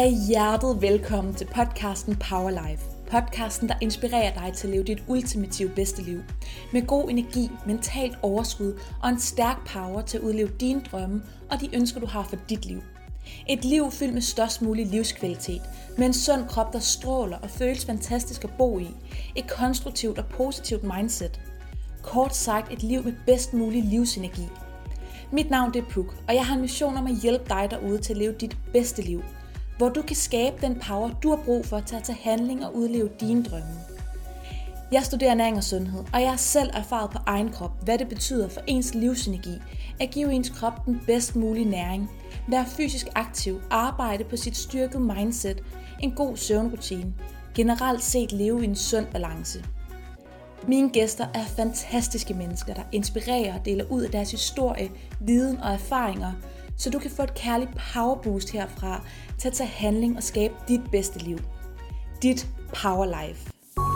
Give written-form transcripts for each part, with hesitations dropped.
Af hjertet velkommen til podcasten Power Life. Podcasten, der inspirerer dig til at leve dit ultimative bedste liv. Med god energi, mentalt overskud og en stærk power til at udleve dine drømme og de ønsker, du har for dit liv. Et liv fyldt med størst mulig livskvalitet, med en sund krop, der stråler og føles fantastisk at bo i. Et konstruktivt og positivt mindset. Kort sagt et liv med bedst mulig livsenergi. Mit navn er Puk, og jeg har en mission om at hjælpe dig derude til at leve dit bedste liv. Hvor du kan skabe den power, du har brug for til at tage handling og udleve dine drømme. Jeg studerer ernæring og sundhed, og jeg har selv erfaret på egen krop, hvad det betyder for ens livsenergi at give ens krop den bedst mulige næring, være fysisk aktiv, arbejde på sit styrkede mindset, en god søvnrutine, generelt set leve i en sund balance. Mine gæster er fantastiske mennesker, der inspirerer og deler ud af deres historie, viden og erfaringer, så du kan få et kærligt powerboost herfra til at tage handling og skabe dit bedste liv. Dit Power Life.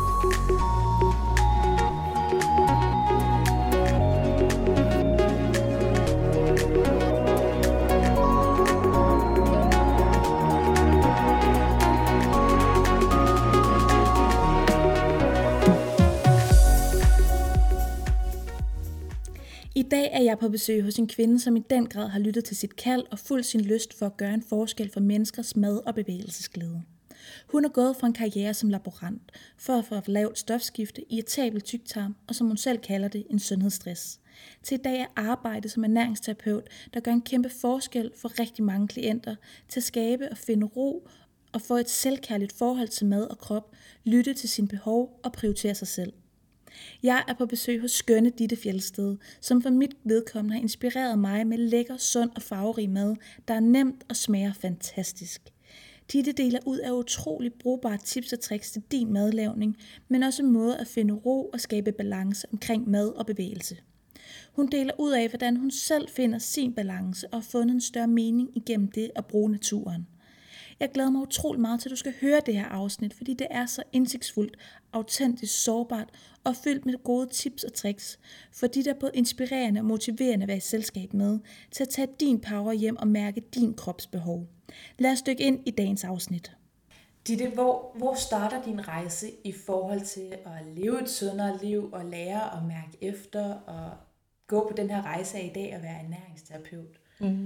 I dag er jeg på besøg hos en kvinde, som i den grad har lyttet til sit kald og fulgt sin lyst for at gøre en forskel for menneskers mad- og bevægelsesglæde. Hun er gået fra en karriere som laborant for at få lavt stofskifte, irritabel tyktarm og som hun selv kalder det, en sundhedsstress. Til i dag er arbejde som ernæringsterapeut, der gør en kæmpe forskel for rigtig mange klienter til at skabe og finde ro og få et selvkærligt forhold til mad og krop, lytte til sine behov og prioritere sig selv. Jeg er på besøg hos skønne Ditte Fjeldsted, som for mit vedkommende har inspireret mig med lækker, sund og farverig mad, der er nemt og smager fantastisk. Ditte deler ud af utroligt brugbare tips og tricks til din madlavning, men også måder at finde ro og skabe balance omkring mad og bevægelse. Hun deler ud af, hvordan hun selv finder sin balance og har fundet en større mening igennem det at bruge naturen. Jeg glæder mig utrolig meget til, at du skal høre det her afsnit, fordi det er så indsigtsfuldt, autentisk, sårbart og fyldt med gode tips og tricks, fordi det er både inspirerende og motiverende at være i selskab med, til at tage din power hjem og mærke din krops behov. Lad os dykke ind i dagens afsnit. Ditte, hvor starter din rejse i forhold til at leve et sundere liv og lære at mærke efter og gå på den her rejse af i dag og være ernæringsterapeut?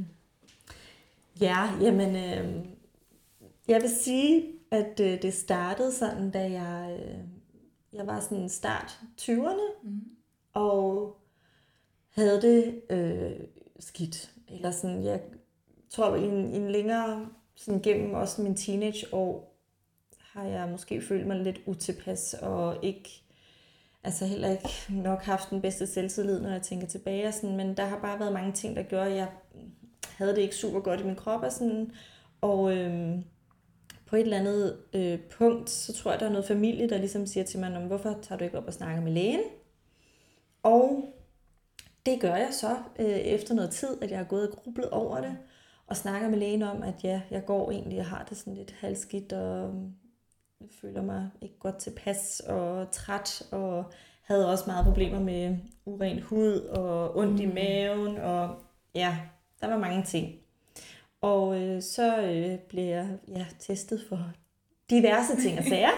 Ja, jamen... Jeg vil sige, at det startede sådan, da jeg var sådan start 20'erne, og havde det skidt. Eller sådan, jeg tror, i en længere, sådan gennem også min teenageår, har jeg måske følt mig lidt utilpas, og ikke, altså heller ikke nok haft den bedste selvtillid, når jeg tænker tilbage. Og sådan, men der har bare været mange ting, der gjorde, at jeg havde det ikke super godt i min krop. Og på et eller andet punkt, så tror jeg, der er noget familie, der ligesom siger til mig, hvorfor tager du ikke op og snakker med lægen? Og det gør jeg så efter noget tid, at jeg har gået og grublet over det, og snakker med lægen om, at ja, jeg går egentlig og har det sådan lidt halvskidt, og føler mig ikke godt tilpas og træt, og havde også meget problemer med uren hud og ondt i maven, og ja, der var mange ting. Og så blev jeg testet for diverse ting og sager,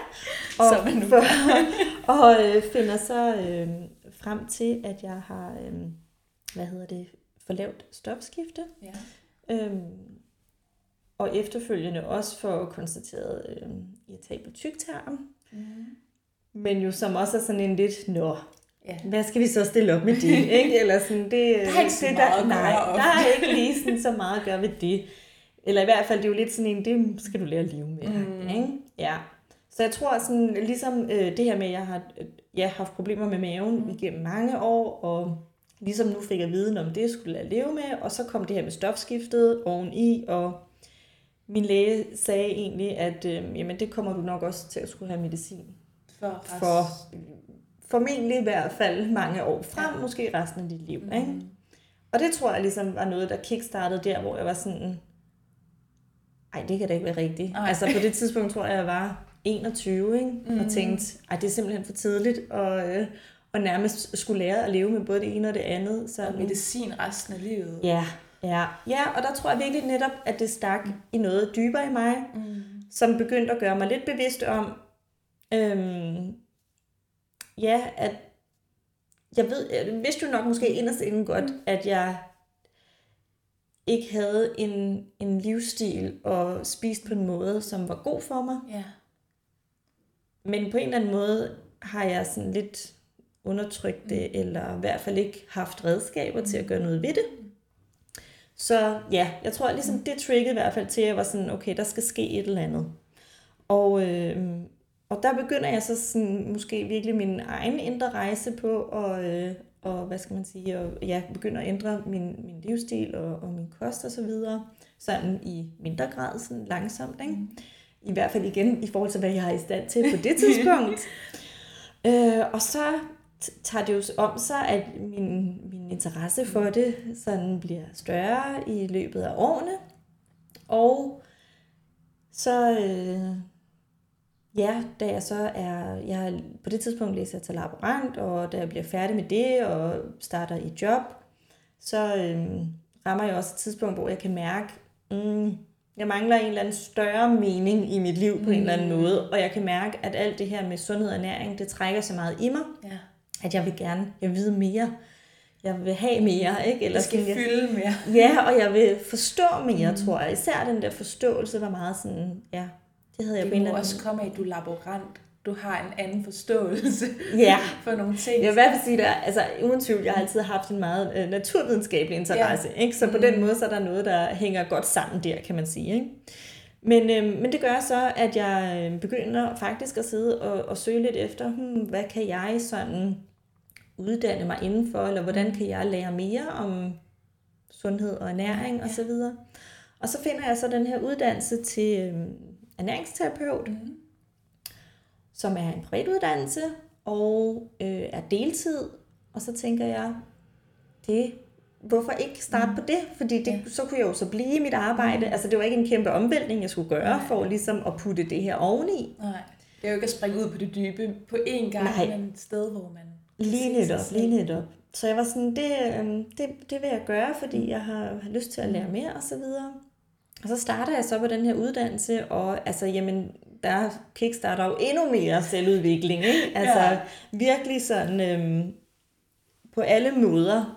og finder så frem til, at jeg har for lavt stofskifte. Ja. Og efterfølgende også for konstateret irritabel tyktarm. Men jo som også er sådan en lidt, hvad skal vi så stille op med det? Ikke? Eller sådan, det, der er ikke så meget der er ikke lige sådan, så meget at gøre ved det. Eller i hvert fald, det er jo lidt sådan en, det skal du lære at leve med. Ikke? Ja. Så jeg tror sådan, ligesom det her med, at jeg har haft problemer med maven igennem mange år, og ligesom nu fik jeg viden om det, skulle jeg leve med, og så kom det her med stofskiftet oveni, og min læge sagde egentlig, at jamen, det kommer du nok også til at skulle have medicin for formentlig i hvert fald mange år frem, måske resten af dit liv. Ikke? Og det tror jeg ligesom var noget, der kickstartede der, hvor jeg var sådan, ej, det kan da ikke være rigtigt. Ej. Altså på det tidspunkt tror jeg var 21, ikke? Og tænkte, ej, det er simpelthen for tidligt, og nærmest skulle lære at leve med både det ene og det andet. Og medicin resten af livet. Ja, Ja, og der tror jeg virkelig netop, at det stak i noget dybere i mig, som begyndte at gøre mig lidt bevidst om, at jeg vidste jo nok måske inderst inden godt, at jeg ikke havde en livsstil og spist på en måde, som var god for mig. Ja. Men på en eller anden måde har jeg sådan lidt undertrykt det, eller i hvert fald ikke haft redskaber til at gøre noget ved det. Så ja, jeg tror ligesom det triggede i hvert fald til, at jeg var sådan, okay, der skal ske et eller andet. Og der begynder jeg så sådan, måske virkelig min egen indre rejse på, og hvad skal man sige, og jeg begynder at ændre min livsstil og min kost og så videre, sådan i mindre grad, sådan langsomt, ikke? I hvert fald igen i forhold til, hvad jeg er i stand til på det tidspunkt. Og så tager det jo om sig, at min interesse for det sådan bliver større i løbet af årene. Og så, da jeg så på det tidspunkt læser jeg til laborant, og da jeg bliver færdig med det og starter i job, så rammer jeg også et tidspunkt, hvor jeg kan mærke, jeg mangler en eller anden større mening i mit liv på en eller anden måde, og jeg kan mærke, at alt det her med sundhed og ernæring, det trækker så meget i mig, at jeg vil vide mere. Jeg vil have mere, ikke? Eller skal fylde mere. Ja, og jeg vil forstå mere, tror jeg. Især den der forståelse var meget sådan, det havde jeg på en eller anden. Det må også komme af, at du er laborant. Du har en anden forståelse for nogle ting. Jeg vil i hvert fald sige, altså uden tvivl, jeg har altid haft en meget naturvidenskabelig interesse, ikke? Så på den måde, så er der noget, der hænger godt sammen der, kan man sige, ikke? Men det gør så, at jeg begynder faktisk at sidde og søge lidt efter, hvad kan jeg sådan uddanne mig indenfor, eller hvordan kan jeg lære mere om sundhed og ernæring og så videre. Og så finder jeg så den her uddannelse til ernæringsterapeut, som er en privat uddannelse og er deltid. Og så tænker jeg, hvorfor ikke starte på det? Fordi så kunne jeg jo så blive i mit arbejde. Altså det var ikke en kæmpe omvæltning, jeg skulle gøre for ligesom at putte det her oveni. Nej, det er jo ikke at springe ud på det dybe på én gang, men et sted, hvor man... Lige netop. Så jeg var sådan, det vil jeg gøre, fordi jeg har lyst til at lære mere og så videre. Og så starter jeg så på den her uddannelse, og altså, jamen, der kickstarter jo endnu mere selvudvikling, ikke? Altså, virkelig sådan, på alle måder,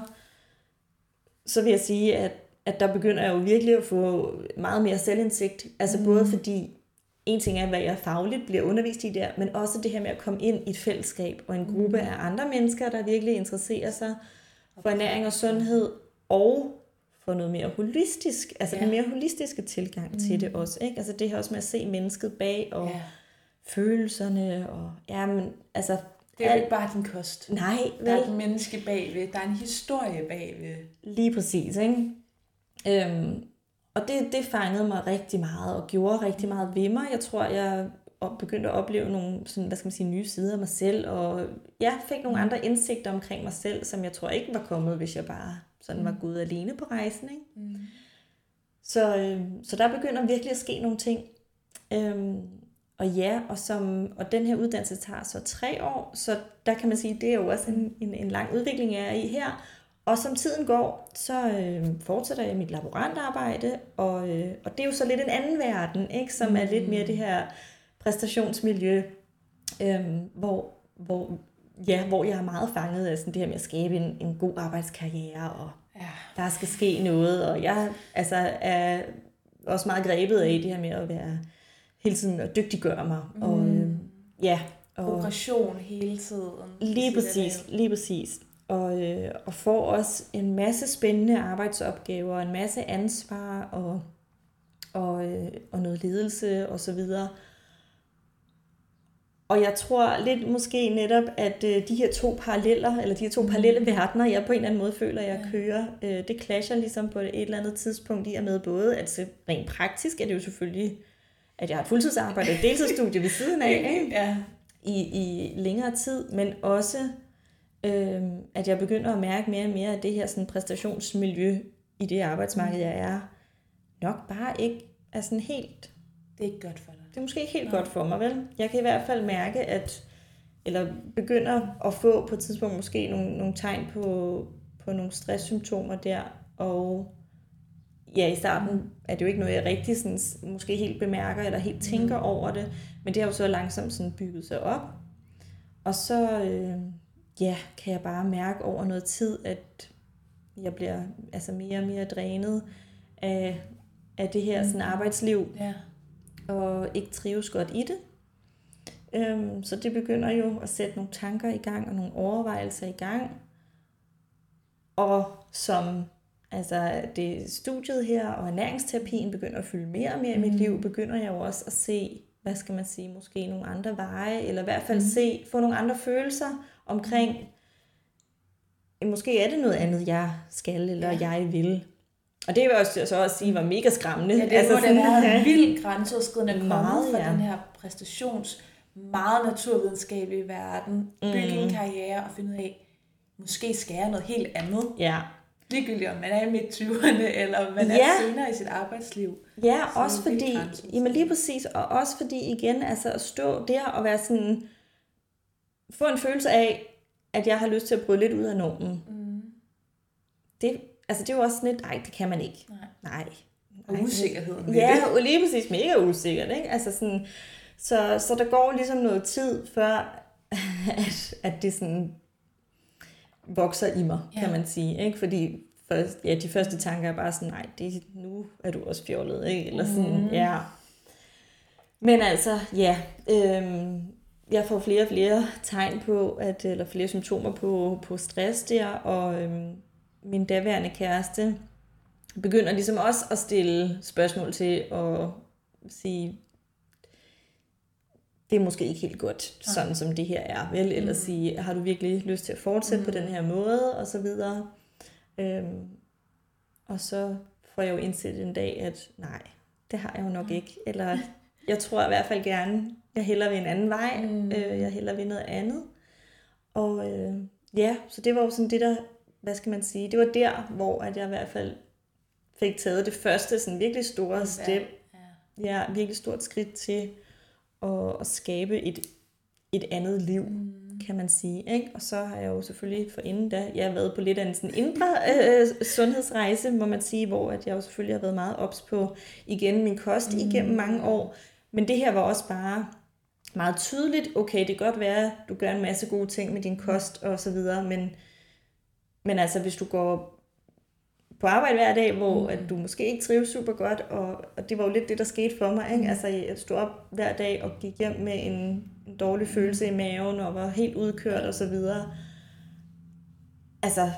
så vil jeg sige, at der begynder jeg jo virkelig at få meget mere selvindsigt. Altså, både fordi, en ting er, hvad jeg fagligt bliver undervist i der, men også det her med at komme ind i et fællesskab, og en gruppe af andre mennesker, der virkelig interesserer sig for ernæring og sundhed, og for noget mere holistisk, altså den mere holistiske tilgang til det også, ikke? Altså det her også med at se mennesket bag, og følelserne, og altså... Det er jo ikke bare din kost. Nej, vel? Der er et menneske bagved, der er en historie bagved. Lige præcis, ikke? Og det fangede mig rigtig meget, og gjorde rigtig meget ved mig. Jeg tror, jeg begyndte at opleve nogle sådan, hvad skal man sige, nye sider af mig selv, og jeg fik nogle andre indsigter omkring mig selv, som jeg tror ikke var kommet, hvis jeg bare sådan var gået alene på rejsen, ikke? Så der begynder virkelig at ske nogle ting. Og den her uddannelse tager så 3 år, så der kan man sige, det er jo også en lang udvikling, jeg er i her. Og som tiden går, så fortsætter jeg mit laborantarbejde, og det er jo så lidt en anden verden, ikke? Som er lidt mere det her præstationsmiljø, hvor jeg er meget fanget af sådan det her med at skabe en god arbejdskarriere, og der skal ske noget, og jeg er også meget grebet af det her med at være hele tiden at dygtiggøre mig. Og progression hele tiden. Lige præcis. Og får også en masse spændende arbejdsopgaver, en masse ansvar og noget ledelse og så videre. Og jeg tror lidt måske netop, at de her to parallelle verdener, jeg på en eller anden måde føler, jeg kører, det clasher ligesom på et eller andet tidspunkt i og med både, at rent praktisk er det jo selvfølgelig, at jeg har et fuldtidsarbejde og et deltidsstudie ved siden af, ikke? I længere tid, men også at jeg begynder at mærke mere og mere, at det her sådan præstationsmiljø i det arbejdsmarked, jeg er, nok bare ikke er sådan helt... Det er ikke godt for dig. Det er måske ikke helt godt for mig, vel? Jeg kan i hvert fald mærke, eller begynder at få på et tidspunkt måske nogle tegn på nogle stresssymptomer der, og ja, i starten er det jo ikke noget, jeg rigtig sådan, måske helt bemærker, eller helt tænker over det, men det har jo så langsomt sådan bygget sig op. Og så kan jeg bare mærke over noget tid, at jeg bliver altså mere og mere drænet af det her sådan arbejdsliv, og ikke trives godt i det. Så det begynder jo at sætte nogle tanker i gang, og nogle overvejelser i gang. Og som det studiet her, og ernæringsterapien begynder at fylde mere og mere i mit liv, begynder jeg jo også at se, hvad skal man sige, måske nogle andre veje, eller i hvert fald få nogle andre følelser omkring, måske er det noget andet, jeg skal, eller jeg vil. Og det vil jeg så også sige, var mega skræmmende. Ja, det må da være vildt grænseoverskridende at komme fra den her præstations, meget naturvidenskabelige verden, bygge en karriere og finde ud af, måske skal jeg noget helt andet. Ja. Ligegyldigt om man er i midt-20'erne, eller man er senere i sit arbejdsliv. Ja, så også fordi, jamen lige præcis, og også fordi igen, altså at stå der og være sådan, få en følelse af, at jeg har lyst til at bryde lidt ud af normen. Det er jo også sådan lidt, nej, det kan man ikke. Nej. Og usikkerheden. Ja, og lige præcis mega usikkert, ikke? Altså sådan, så der går ligesom noget tid, før at det sådan vokser i mig, kan man sige, ikke? Fordi de første tanker er bare sådan, nej, nu er du også fjollet, ikke? Eller sådan, Men altså, jeg får flere og flere tegn på, eller flere symptomer på stress der, og min daværende kæreste begynder ligesom også at stille spørgsmål til at sige, det er måske ikke helt godt, sådan som det her er, vel? Eller sige, har du virkelig lyst til at fortsætte på den her måde, og så videre. Og så får jeg jo indset en dag, at nej, det har jeg jo nok ikke. Eller jeg tror i hvert fald gerne, jeg hellere vil en anden vej, jeg hellere vil noget andet. Og så det var jo sådan det der, hvad skal man sige, det var der, hvor at jeg i hvert fald fik taget det første sådan virkelig store step. Ja, virkelig stort skridt til at skabe et andet liv, kan man sige, ikke? Og så har jeg jo selvfølgelig forinden da, jeg har været på lidt af en sådan indre sundhedsrejse, må man sige, hvor at jeg jo selvfølgelig har været meget ops på igen min kost igennem mange år. Men det her var også bare meget tydeligt, okay, det kan godt være, du gør en masse gode ting med din kost og så videre, men altså hvis du går på arbejde hver dag, hvor at du måske ikke trives super godt, og det var jo lidt det, der skete for mig, ikke? Altså jeg stod op hver dag og gik hjem med en dårlig følelse i maven, og var helt udkørt og så videre. Altså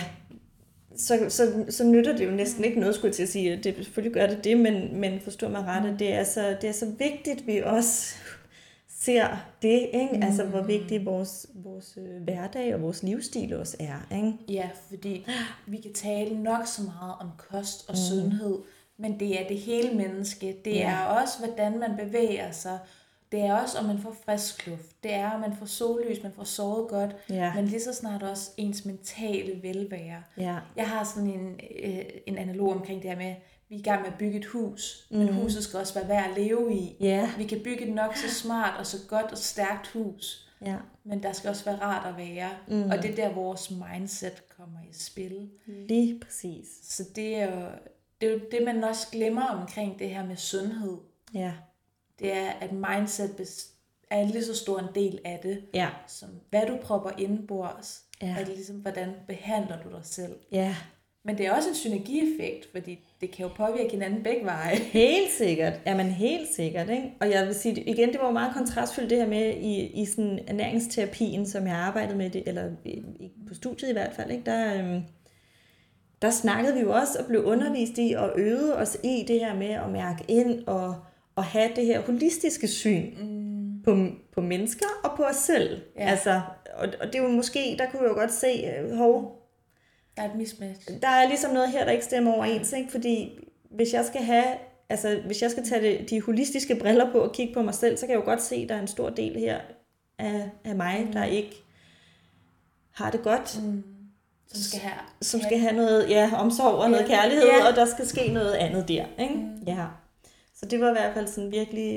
så nytter det jo næsten ikke noget, skulle jeg til at sige. Det selvfølgelig gør det, men forstå mig ret, at det er så vigtigt, at vi også ser det, ikke? Altså hvor vigtig vores hverdag og vores livsstil også er, ikke? Ja, fordi vi kan tale nok så meget om kost og sundhed, men det er det hele menneske. Det er også, hvordan man bevæger sig. Det er også, om man får frisk luft. Det er, om man får sollys, man får sovet godt. Men lige så snart også ens mentale velvære. Jeg har sådan en analog omkring det her med, vi er i gang med at bygge et hus, men huset skal også være værd at leve i. Vi kan bygge et nok så smart og så godt og stærkt hus, men der skal også være rart at være. Og det er der, vores mindset kommer i spil. Lige præcis. Så det er jo det, man også glemmer omkring det her med sundhed. Det er, at mindset er lige så stor en del af det, som hvad du propper indenbords, er det ligesom, hvordan behandler du dig selv. Men det er også en synergieffekt, fordi det kan jo påvirke hinanden begge veje. Helt sikkert. Jamen helt sikkert, ikke? Og jeg vil sige, igen, det var meget kontrastfyldt det her med i sådan ernæringsterapien, som jeg arbejdede med, eller på studiet i hvert fald, ikke? Der snakkede vi jo også og blev undervist i og øvede os i det her med at mærke ind og have det her holistiske syn på mennesker og på os selv. Altså, og det er jo måske, der kunne jeg jo godt se, der er et mismatch. Der er ligesom noget her, der ikke stemmer overens, ikke? Fordi hvis jeg skal tage de holistiske briller på og kigge på mig selv, så kan jeg jo godt se, at der er en stor del her af mig, der ikke har det godt. Som skal have noget omsorg og noget kærlighed, og der skal ske noget andet der, ikke? Så det var i hvert fald sådan virkelig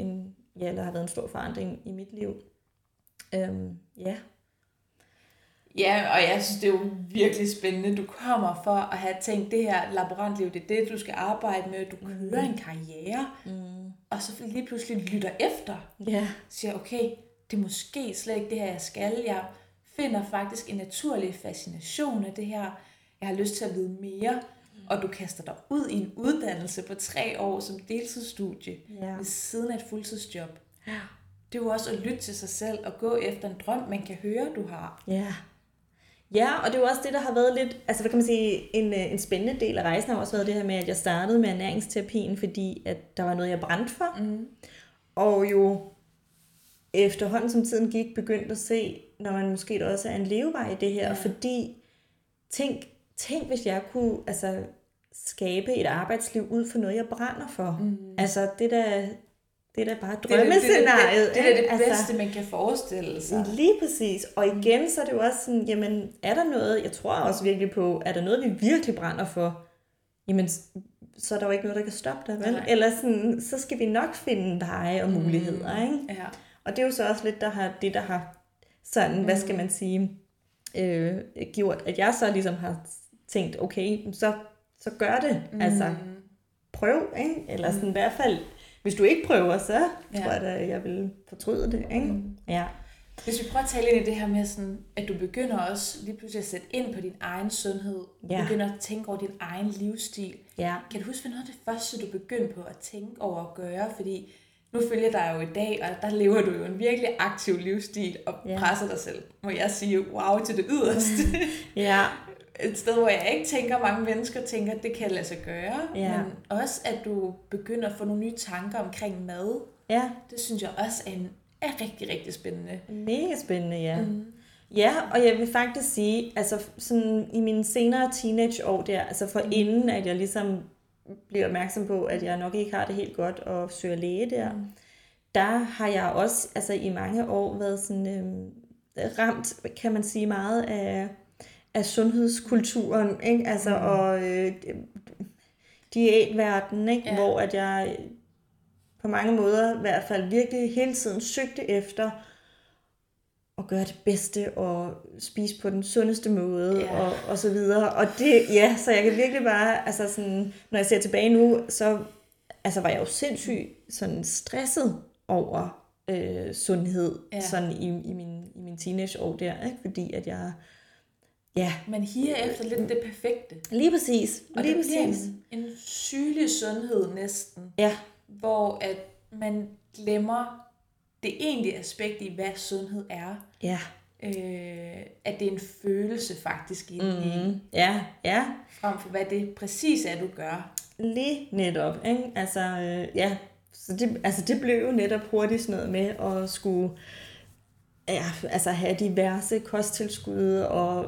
der har været en stor forandring i mit liv. Ja, og jeg synes, det er jo virkelig spændende. Du kommer for at have tænkt, det her laborantliv, det er det, du skal arbejde med. Du kører en karriere, og så lige pludselig lytter efter. Ja. Siger, okay, det er måske slet ikke det her, jeg skal. Jeg finder faktisk en naturlig fascination af det her. Jeg har lyst til at vide mere. Og du kaster dig ud i en uddannelse på 3 år som deltidsstudie ved siden af et fuldtidsjob. Ja. Det er jo også at lytte til sig selv og gå efter en drøm, man kan høre, du har. Ja. Ja, og det er jo også det, der har været lidt, altså hvad kan man sige, en spændende del af rejsen har også været det her med, at jeg startede med ernæringsterapien, fordi at der var noget, jeg brændte for. Og jo efterhånden, som tiden gik, begyndte at se, når man måske også er en levevej i det her, fordi tænk hvis jeg kunne skabe et arbejdsliv ud for noget, jeg brænder for. Altså det er da bare drømmescenariet. Det er det bedste, man kan forestille sig. Lige præcis. Og igen, så er det jo også sådan, jamen, er der noget, jeg tror også virkelig på, er der noget, vi virkelig brænder for, jamen, så er der jo ikke noget, der kan stoppe dig, vel? Nej. Eller sådan, så skal vi nok finde veje og muligheder, ikke? Ja. Og det er jo så også lidt, der har sådan, hvad skal man sige, gjort, at jeg så ligesom har tænkt, okay, så gør det. Altså, prøv, ikke? Eller sådan i hvert fald, hvis du ikke prøver, så tror jeg da, jeg vil fortryde det, ikke? Ja. Hvis vi prøver at tale ind i det her med, sådan, at du begynder også lige pludselig at sætte ind på din egen sundhed, begynder at tænke over din egen livsstil. Ja. Kan du huske, hvad noget af det første, du begyndte på at tænke over at gøre? Fordi nu følger dig jo i dag, og der lever du jo en virkelig aktiv livsstil og presser dig selv, må jeg sige, wow, til det yderste. Ja. Et sted, hvor jeg ikke tænker, mange mennesker tænker, at det kan lade sig gøre. Ja. Men også, at du begynder at få nogle nye tanker omkring mad. Ja. Det synes jeg også er rigtig, rigtig spændende. Mega spændende, ja. Ja, og jeg vil faktisk sige, altså sådan i mine senere teenageår der, altså for inden at jeg ligesom bliver opmærksom på, at jeg nok ikke har det helt godt og søger læge der har jeg også altså i mange år været sådan ramt, kan man sige, meget af sundhedskulturen, ikke? Altså og diætverdenen, ikke? Hvor at jeg på mange måder i hvert fald virkelig hele tiden søgte efter at gøre det bedste og spise på den sundeste måde og så videre. Og det, så jeg kan virkelig bare, altså sådan, når jeg ser tilbage nu, så altså var jeg jo sindssygt sådan stresset over sundhed sådan i min teenageår der, ikke? Fordi at jeg man higer efter lidt det perfekte. Lige præcis. Og lige det bliver en sygelig sundhed næsten. Ja. Hvor at man glemmer det egentlige aspekt i, hvad sundhed er. Ja. At det er en følelse faktisk indeni. Ja, ja. Frem for hvad det præcis er, du gør. Lige netop, ikke? Altså, Så det blev jo netop hurtigt sådan noget med at skulle have diverse kosttilskud og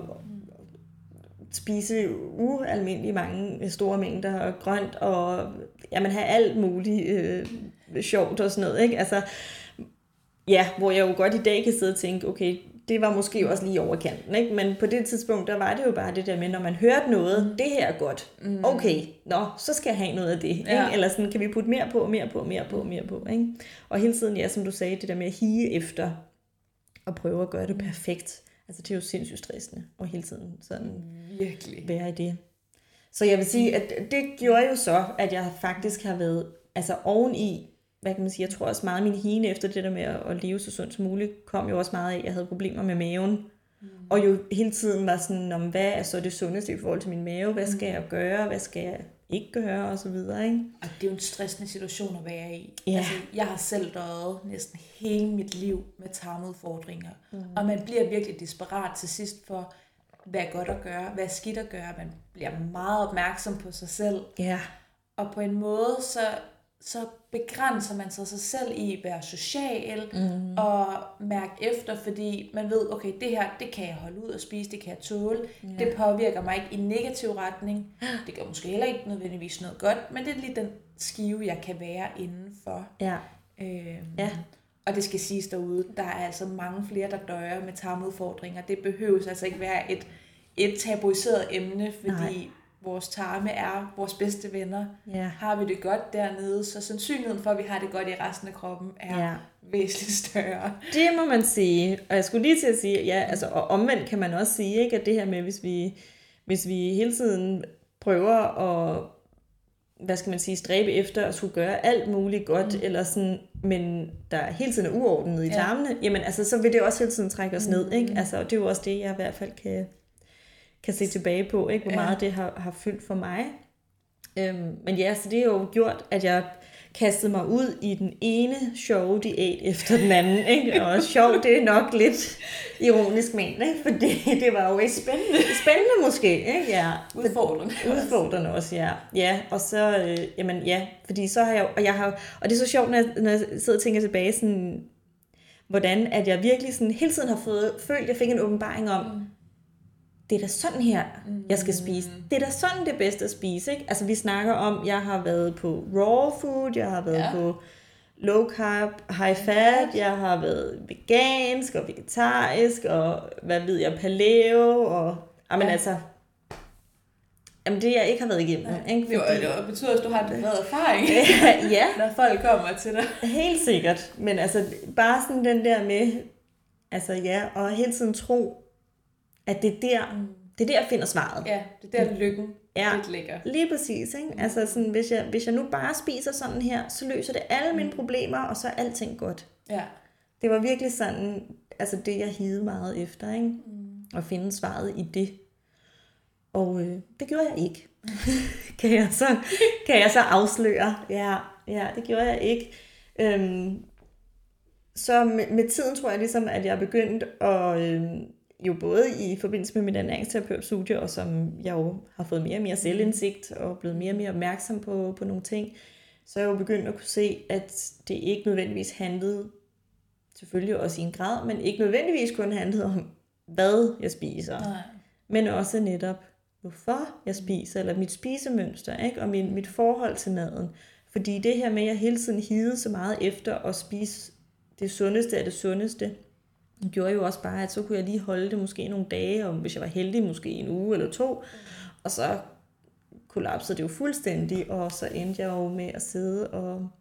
spise ualmindelig mange store mængder grønt og have alt muligt sjovt og sådan noget, ikke? Altså, hvor jeg jo godt i dag kan sidde og tænke, okay, det var måske også lige overkanten, ikke? Men på det tidspunkt, der var det jo bare det der med, når man hørte noget, det her er godt, okay, så skal jeg have noget af det, ikke? Eller sådan, kan vi putte mere på, ikke? Og hele tiden, som du sagde, det der med at hige efter og prøve at gøre det perfekt, altså det er jo sindssygt stressende, og hele tiden sådan virkelig være i det. Så jeg vil sige, at det gjorde jo så, at jeg faktisk har været, altså oveni, hvad kan man sige, jeg tror også meget min hine efter det der med at leve så sundt som muligt, kom jo også meget af, at jeg havde problemer med maven. Og jo hele tiden var sådan, om hvad er så det sundeste i forhold til min mave, hvad skal jeg gøre, hvad skal jeg ikke gøre, og så videre, ikke? Og det er jo en stressende situation at være i. Ja. Altså, jeg har selv døjet næsten hele mit liv med tarmudfordringer. Og man bliver virkelig desperat til sidst for, hvad er godt at gøre, hvad er skidt at gøre. Man bliver meget opmærksom på sig selv. Ja. Og på en måde, så begrænser man sig selv i at være social og mærke efter, fordi man ved, okay, det her, det kan jeg holde ud og spise, det kan jeg tåle. Ja. Det påvirker mig ikke i negativ retning. Det gør måske heller ikke nødvendigvis noget godt, men det er lige den skive, jeg kan være indenfor. Ja. Og det skal siges derude, der er altså mange flere, der dør med tarmudfordringer. Det behøves altså ikke være et tabuiseret emne, fordi vores tarme er vores bedste venner. Ja. Har vi det godt dernede, så sandsynligheden for, at vi har det godt i resten af kroppen, er væsentligt større. Det må man sige. Og jeg skulle lige til at sige, ja, altså, og omvendt kan man også sige, ikke, at det her med, hvis vi hele tiden prøver at, hvad skal man sige, stræbe efter at skulle gøre alt muligt godt, eller sådan, men der hele tiden er uorden i tarmene, jamen altså, så vil det også hele tiden trække os ned, ikke? Altså, og det er jo også det, jeg i hvert fald kan se tilbage på, ikke? Hvor meget det har fyldt for mig. Men ja, så det har jo gjort, at jeg kastede mig ud i den ene sjove diæt efter den anden, ikke? Og sjov, det er nok lidt ironisk ment, ikke? Fordi det var jo ikke spændende måske, ikke? Ja. Udfordrende også, ja. Ja, og så, jamen ja, fordi så har og det er så sjovt, når jeg sidder og tænker tilbage, sådan, hvordan at jeg virkelig sådan hele tiden har følt, jeg fik en åbenbaring om, det er da sådan her, jeg skal spise. Det er da sådan det bedste at spise, ikke? Altså vi snakker om, jeg har været på raw food, jeg har været på low carb, high fat, jeg har været vegansk og vegetarisk, og hvad ved jeg, paleo, og altså, det jeg ikke har været igennem. Ikke? Fordi, det betyder, at du har en bred erfaring, når folk kommer til dig. Helt sikkert, men altså bare sådan den der med, altså og hele tiden tro, at det er der, jeg finder svaret. Ja, det er der lykken lidt ligger. Lige præcis. Ikke? Altså sådan, hvis jeg nu bare spiser sådan her, så løser det alle mine problemer, og så er alting godt. Ja. Det var virkelig sådan, altså det jeg hidede meget efter, ikke? At finde svaret i det. Og det gjorde jeg ikke. kan jeg så afsløre? Ja, det gjorde jeg ikke. Så med tiden tror jeg ligesom, at jeg er begyndt at... jo både i forbindelse med mit ernæringsterapeutstudie, og som jeg jo har fået mere og mere selvindsigt, og blevet mere og mere opmærksom på nogle ting, så er jeg jo begyndt at kunne se, at det ikke nødvendigvis handlede, selvfølgelig også i en grad, men ikke nødvendigvis kun handlede om, hvad jeg spiser, men også netop, hvorfor jeg spiser, eller mit spisemønster, ikke? Og mit forhold til maden. Fordi det her med, at jeg hele tiden hidede så meget efter at spise det sundeste af det sundeste, det gjorde jo også bare, at så kunne jeg lige holde det måske nogle dage, og hvis jeg var heldig, måske en uge eller 2, og så kollapsede det jo fuldstændig, og så endte jeg jo med at sidde og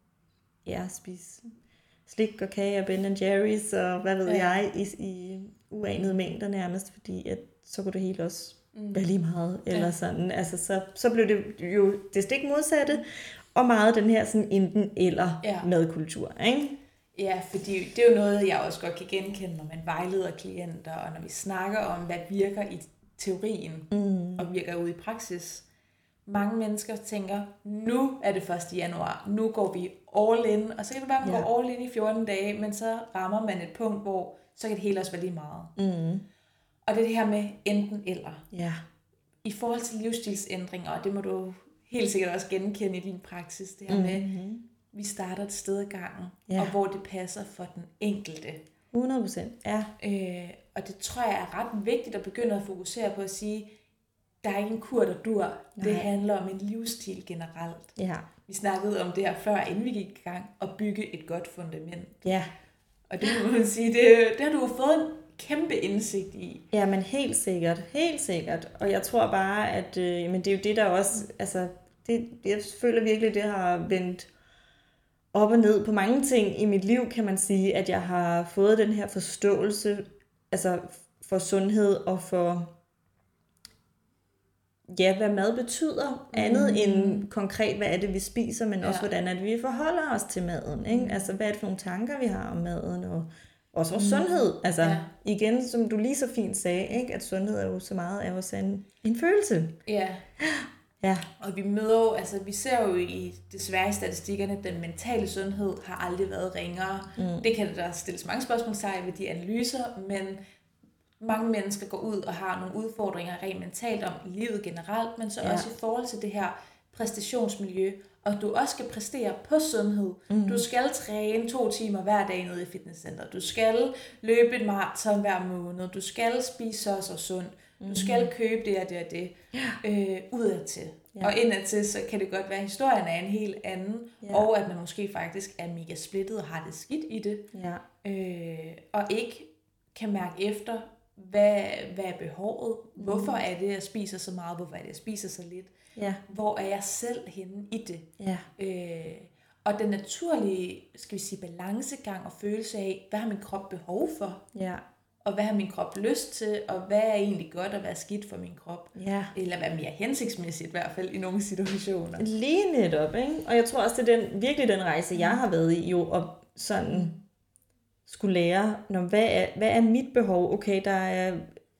spise slik og kage og Ben & Jerry's, og hvad ved jeg, i uanede mængder nærmest, fordi at så kunne det hele også være lige meget, eller sådan, altså så blev det jo det stik modsatte, og meget den her sådan enten eller madkultur, ikke? Ja, fordi det er jo noget, jeg også godt kan genkende, når man vejleder klienter, og når vi snakker om, hvad virker i teorien, og virker ude i praksis. Mange mennesker tænker, nu er det 1. januar, nu går vi all in, og så kan det være, at man går all in i 14 dage, men så rammer man et punkt, hvor så kan det hele også være lige meget. Og det er det her med enten eller. Ja. I forhold til livsstilsændringer, og det må du helt sikkert også genkende i din praksis, det her med, vi starter et sted ad gangen, og hvor det passer for den enkelte. 100%, ja. Og det tror jeg er ret vigtigt at begynde at fokusere på at sige, der er ikke en kur, der dur. Det handler om en livsstil generelt. Ja. Vi snakkede om det her før, inden vi gik i gang, at bygge et godt fundament. Ja. Og det må man sige, det har du fået en kæmpe indsigt i. Ja, men helt sikkert. Og jeg tror bare, at men det er jo det, der også, altså, jeg føler virkelig, det har vendt op og ned på mange ting i mit liv, kan man sige, at jeg har fået den her forståelse, altså for sundhed og for, hvad mad betyder, andet end konkret, hvad er det, vi spiser, men også, hvordan er det, vi forholder os til maden, ikke? Altså, hvad er det for nogle tanker, vi har om maden, og også vores sundhed. Altså, igen, som du lige så fint sagde, ikke? At sundhed er jo så meget af også en følelse. Ja. Og vi møder jo, altså vi ser jo desværre i statistikkerne, at den mentale sundhed har aldrig været ringere. Det kan der stilles mange spørgsmålstegn ved de analyser, men mange mennesker går ud og har nogle udfordringer rent mentalt om livet generelt, men så også i forhold til det her præstationsmiljø, og du også skal præstere på sundhed. Du skal træne 2 timer hver dag nede i fitnesscenter. Du skal løbe et maraton hver måned. Du skal spise så sundt. Du skal købe det og det og det. Udadtil. Og indadtil, så kan det godt være, at historien er en helt anden, og at man måske faktisk er mega splittet og har det skidt i det. Og ikke kan mærke efter, hvad er behovet? Hvorfor er det, jeg spiser så meget? Hvorfor er det, jeg spiser så lidt? Ja. Hvor er jeg selv henne i det? Ja. Og den naturlige, skal vi sige, balancegang og følelse af, hvad har min krop behov for? Ja. Og hvad har min krop lyst til? Og hvad er egentlig godt og hvad er skidt for min krop? Ja. Eller hvad er mere hensigtsmæssigt i hvert fald i nogle situationer. Lige netop, ikke? Og jeg tror også, det er virkelig den rejse, jeg har været i, jo, og sådan skulle lære, hvad er mit behov? Okay, der er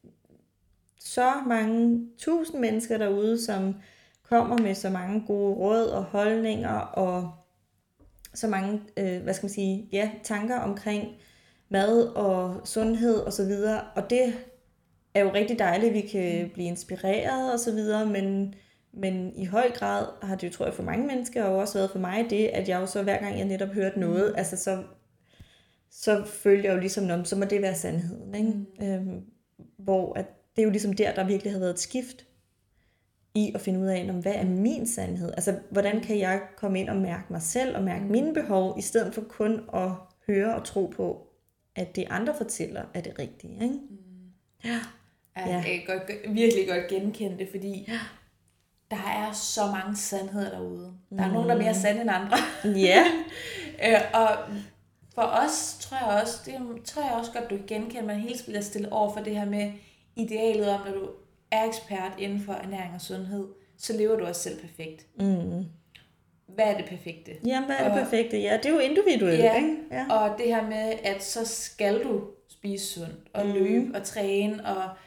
så mange tusind mennesker derude, som kommer med så mange gode råd og holdninger, og så mange, tanker omkring mad og sundhed og så videre. Og det er jo rigtig dejligt, at vi kan blive inspireret og så videre, men i høj grad har det jo, tror jeg, for mange mennesker, og også været for mig det, at jeg jo så hver gang jeg netop hørte noget, altså så følte jeg jo ligesom, så må det være sandheden, ikke? Hvor at det er jo ligesom der virkelig har været et skift i at finde ud af, hvad er min sandhed? Altså, hvordan kan jeg komme ind og mærke mig selv, og mærke mine behov, i stedet for kun at høre og tro på, at det andre fortæller, er det rigtige, ikke? Ja. Jeg kan virkelig godt genkende det, fordi der er så mange sandheder derude. Der er nogen, der er mere sande end andre. Ja. Og for os, tror jeg også godt, du kan genkende, man hele tiden bliver stillet over for det her med idealet om, når du er ekspert inden for ernæring og sundhed, så lever du også selv perfekt. Hvad er det perfekte? Jamen, hvad er det perfekte? Ja, det er jo individuelt, ikke? Ja, og det her med, at så skal du spise sundt, og løbe, og træne,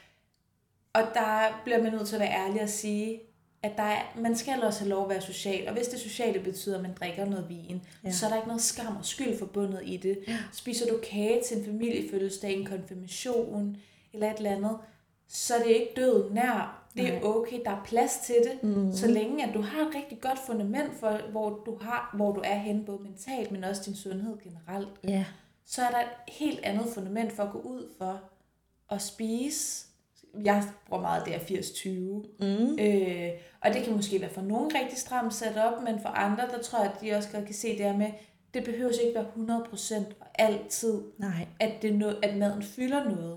og der bliver man nødt til at være ærlig og sige, at man skal også have lov at være social, og hvis det sociale betyder, at man drikker noget vin, så er der ikke noget skam og skyld forbundet i det. Spiser du kage til en familiefødselsdag, en konfirmation, eller et eller andet, så er det ikke døden nær. Det er okay, der er plads til det, så længe at du har et rigtig godt fundament for, hvor du er henne, både mentalt, men også din sundhed generelt. Så er der et helt andet fundament for at gå ud for at spise. Jeg bruger meget det her 80-20. Og det kan måske være for nogen rigtig stramt sat op, men for andre, der tror jeg, at de også godt kan se det her med, det behøver ikke være 100% og altid, at maden fylder noget.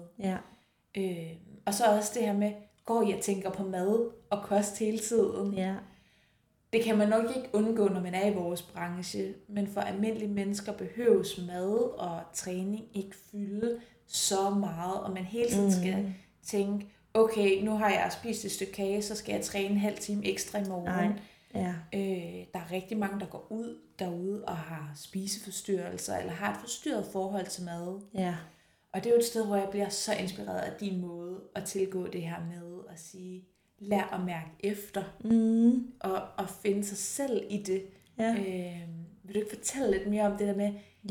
Og så også det her med, går I og tænker på mad og kost hele tiden. Det kan man nok ikke undgå, når man er i vores branche, men for almindelige mennesker behøves mad og træning ikke fylde så meget, og man hele tiden skal tænke, okay, nu har jeg spist et stykke kage, så skal jeg træne en halv time ekstra i morgen. Der er rigtig mange, der går ud derude og har spiseforstyrrelser, eller har et forstyrret forhold til mad. Og det er jo et sted, hvor jeg bliver så inspireret af din måde at tilgå det her med at sige, lær at mærke efter, og finde sig selv i det. Vil du ikke fortælle lidt mere om det der med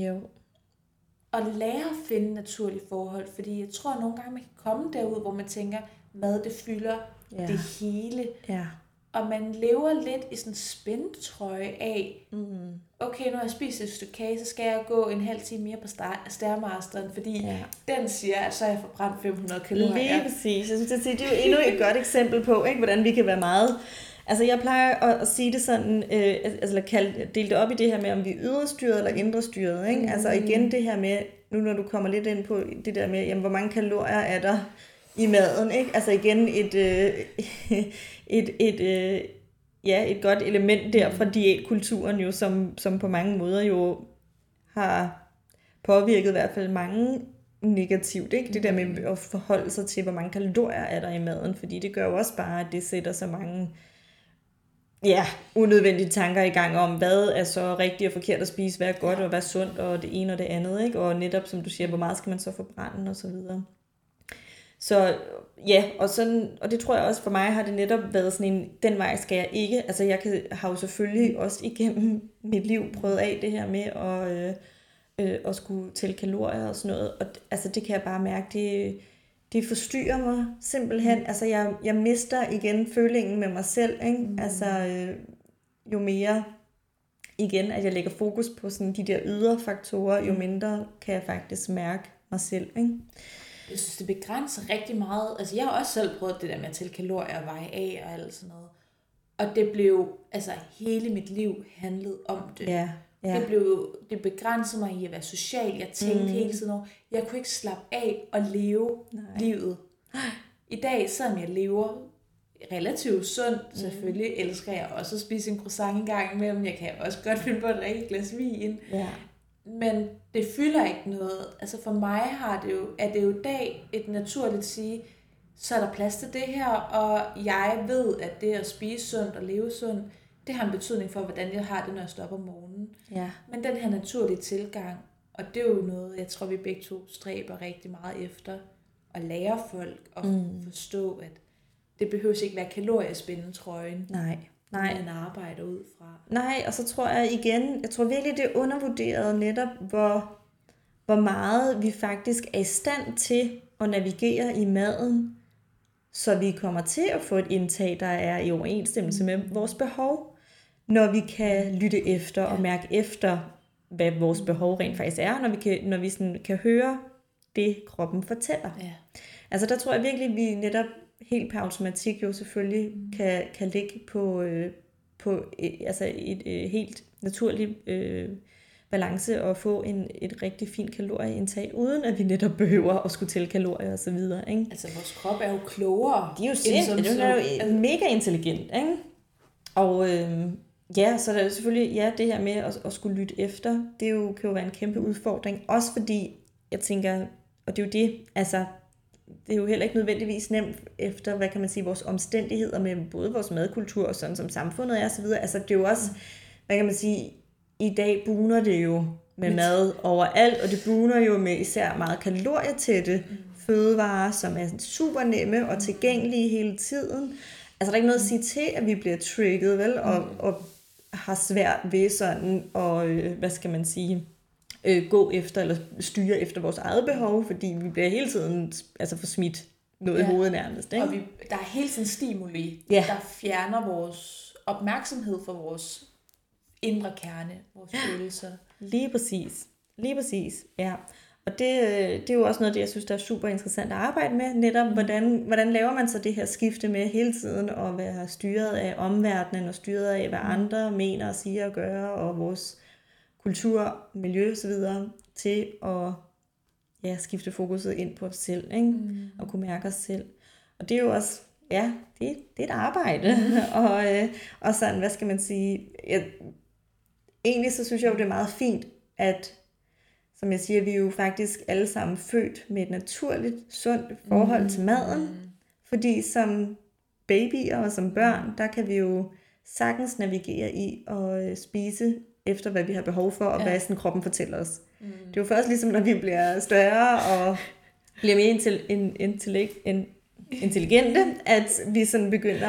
at lære at finde naturlige forhold? Fordi jeg tror, at nogle gange man kan komme derud, hvor man tænker, mad det fylder det hele. Og man lever lidt i sådan en spændetrøje af, okay, nu har jeg spist et stykke kage, så skal jeg gå en halv time mere på Stairmasteren, fordi den siger, at så har jeg forbrændt 500 kalorier. Lige præcis. Jeg synes, det er jo endnu et godt eksempel på, ikke, hvordan vi kan være meget. Altså jeg plejer at sige det sådan, dele det op i det her med, om vi er ydrestyret eller indrestyret. Ikke? Altså igen det her med, nu når du kommer lidt ind på det der med, jamen, hvor mange kalorier er der i maden, ikke? Altså igen et godt element der fra diætkulturen jo, som på mange måder jo har påvirket i hvert fald mange negativt, ikke? Det der med at forholde sig til, hvor mange kalorier er der i maden, fordi det gør jo også bare, at det sætter så mange unødvendige tanker i gang om, hvad er så rigtigt og forkert at spise, hvad er godt og hvad er sundt, og det ene og det andet, ikke? Og netop, som du siger, hvor meget skal man så forbrænde og så videre. Så og det tror jeg også for mig har det netop været sådan en, den vej skal jeg ikke, altså jeg har jo selvfølgelig også igennem mit liv prøvet af det her med at skulle tælle kalorier og sådan noget, og altså det kan jeg bare mærke, det forstyrrer mig simpelthen, altså jeg mister igen følingen med mig selv, ikke? Altså jo mere igen, at jeg lægger fokus på sådan de der ydre faktorer, jo mindre kan jeg faktisk mærke mig selv, ikke? Jeg synes, det begrænser rigtig meget. Altså, jeg har også selv prøvet det der med at tælle kalorier og veje af og alt sådan noget. Og det blev, altså hele mit liv handlede om det. Ja. Det begrænsede mig i at være social. Jeg tænkte hele tiden over, jeg kunne ikke slappe af og leve livet. I dag, selvom jeg lever relativt sundt, selvfølgelig elsker jeg også at spise en croissant en gang imellem. Jeg kan også godt finde på at drikke et glas vin. Ja. Men det fylder ikke noget. Altså for mig er det jo i dag et naturligt at sige, så er der plads til det her, og jeg ved, at det at spise sundt og leve sundt, det har en betydning for, hvordan jeg har det, når jeg står op om morgenen. Ja. Men den her naturlige tilgang, og det er jo noget, jeg tror, vi begge to stræber rigtig meget efter, at lære folk at forstå, at det behøver ikke være kaloriespændetrøjen, Nej. man arbejder ud fra. Nej, og så tror jeg virkelig, det er undervurderet netop, hvor meget vi faktisk er i stand til at navigere i maden, så vi kommer til at få et indtag, der er i overensstemmelse med vores behov, når vi kan lytte efter og mærke efter, hvad vores behov rent faktisk er, når vi sådan kan høre det, kroppen fortæller. Ja. Altså der tror jeg virkelig, at vi netop helt per automatik jo selvfølgelig kan ligge på altså et helt naturligt balance og få et rigtig fint kalorieindtag, uden at vi netop behøver at skulle tælle kalorier og så videre, ikke? Altså vores krop er jo klogere. De er jo sindssygt, det er jo mega intelligent, ikke? Og så er der selvfølgelig, det her med at skulle lytte efter, det kan jo være en kæmpe udfordring, også fordi, jeg tænker, og det er jo det, altså, det er jo heller ikke nødvendigvis nemt efter, hvad kan man sige, vores omstændigheder med både vores madkultur og sådan som samfundet er og så videre. Altså det er jo også, hvad kan man sige, i dag buner det jo med mad overalt, og det buner jo med især meget kalorietætte fødevarer, som er super nemme og tilgængelige hele tiden. Altså der er ikke noget at sige til, at vi bliver trigget, vel, og har svært ved sådan, og hvad skal man sige, gå efter eller styre efter vores eget behov, fordi vi bliver hele tiden for smidt noget i hovedet nærmest. Ikke? Og der er hele tiden stimuli, der fjerner vores opmærksomhed fra vores indre kerne, vores følelser. Lige præcis, ja. Og det er jo også noget af det, jeg synes, der er super interessant at arbejde med, netop hvordan laver man så det her skifte med hele tiden at være styret af omverdenen og styret af, hvad andre mener og siger og gør, og vores kultur, miljø og så videre, til at skifte fokuset ind på os selv, ikke? Og kunne mærke os selv. Og det er jo også, det er et arbejde. Og sådan, hvad skal man sige, egentlig så synes jeg jo, det er meget fint, at, som jeg siger, vi er jo faktisk alle sammen født med et naturligt, sundt forhold til maden, fordi som babyer og som børn, der kan vi jo sagtens navigere i og spise efter, hvad vi har behov for, og hvad sådan kroppen fortæller os. Det er jo først ligesom, når vi bliver større og bliver mere intelligente, at vi sådan begynder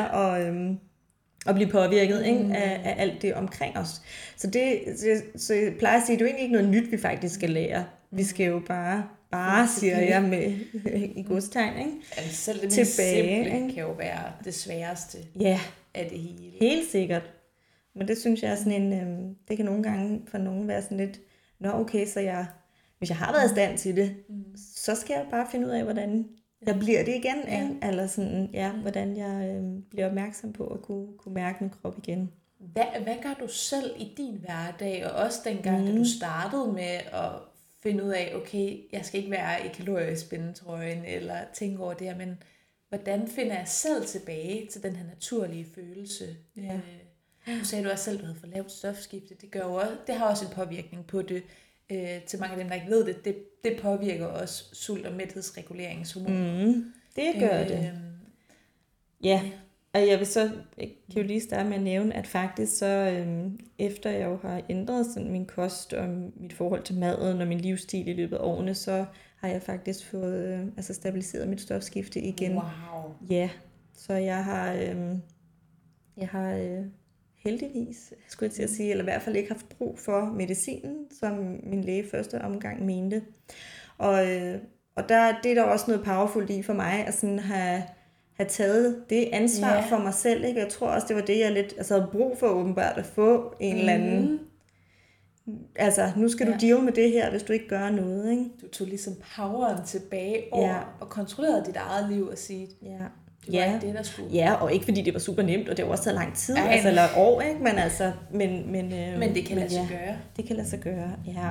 at blive påvirket, ikke, af alt det omkring os. Så jeg plejer at sige, at det er jo egentlig ikke noget nyt, vi faktisk skal lære. Vi skal jo bare siger jeg med i godstegn, ikke? Altså selv det mest simple kan jo være det sværeste af det hele. Helt sikkert. Men det synes jeg er sådan en, det kan nogle gange for nogen være sådan lidt, okay, så hvis jeg har været i stand til det, så skal jeg bare finde ud af, hvordan jeg bliver det igen, ikke? Eller sådan, hvordan jeg bliver opmærksom på at kunne mærke min krop igen. Hvad gør du selv i din hverdag, og også dengang, da du startede med at finde ud af, okay, jeg skal ikke være i kaloriespændetrøjen, eller tænke over det her, men hvordan finder jeg selv tilbage til den her naturlige følelse? Ja. Du sagde du også selv, at du havde for lavt stofskifte. Det har også en påvirkning på det. Til mange af dem, der ikke ved det påvirker også sult- og mæthedsreguleringshormoner. Det gør det. Ja, og jeg vil så, kan jo lige starte med at nævne, at faktisk så, efter jeg jo har ændret sådan min kost og mit forhold til maden og min livsstil i løbet af årene, så har jeg faktisk fået stabiliseret mit stofskifte igen. Wow. Ja, så jeg har heldigvis, skulle jeg til at sige, eller i hvert fald ikke haft brug for medicinen, som min læge første omgang mente. Og det er der også noget powerfult i for mig, at sådan have taget det ansvar for mig selv, ikke? Jeg tror også, det var det, jeg lidt havde brug for åbenbart, at få en eller anden, nu skal du deal med det her, hvis du ikke gør noget, ikke? Du tog ligesom poweren tilbage over og kontrollerede dit eget liv og sige, Ja. Det, der skulle. Ja, og ikke fordi det var super nemt, og det var også taget lang tid, Ej, altså, eller år, ikke? Men altså, men det kan lade sig gøre. Det kan lade sig gøre, ja.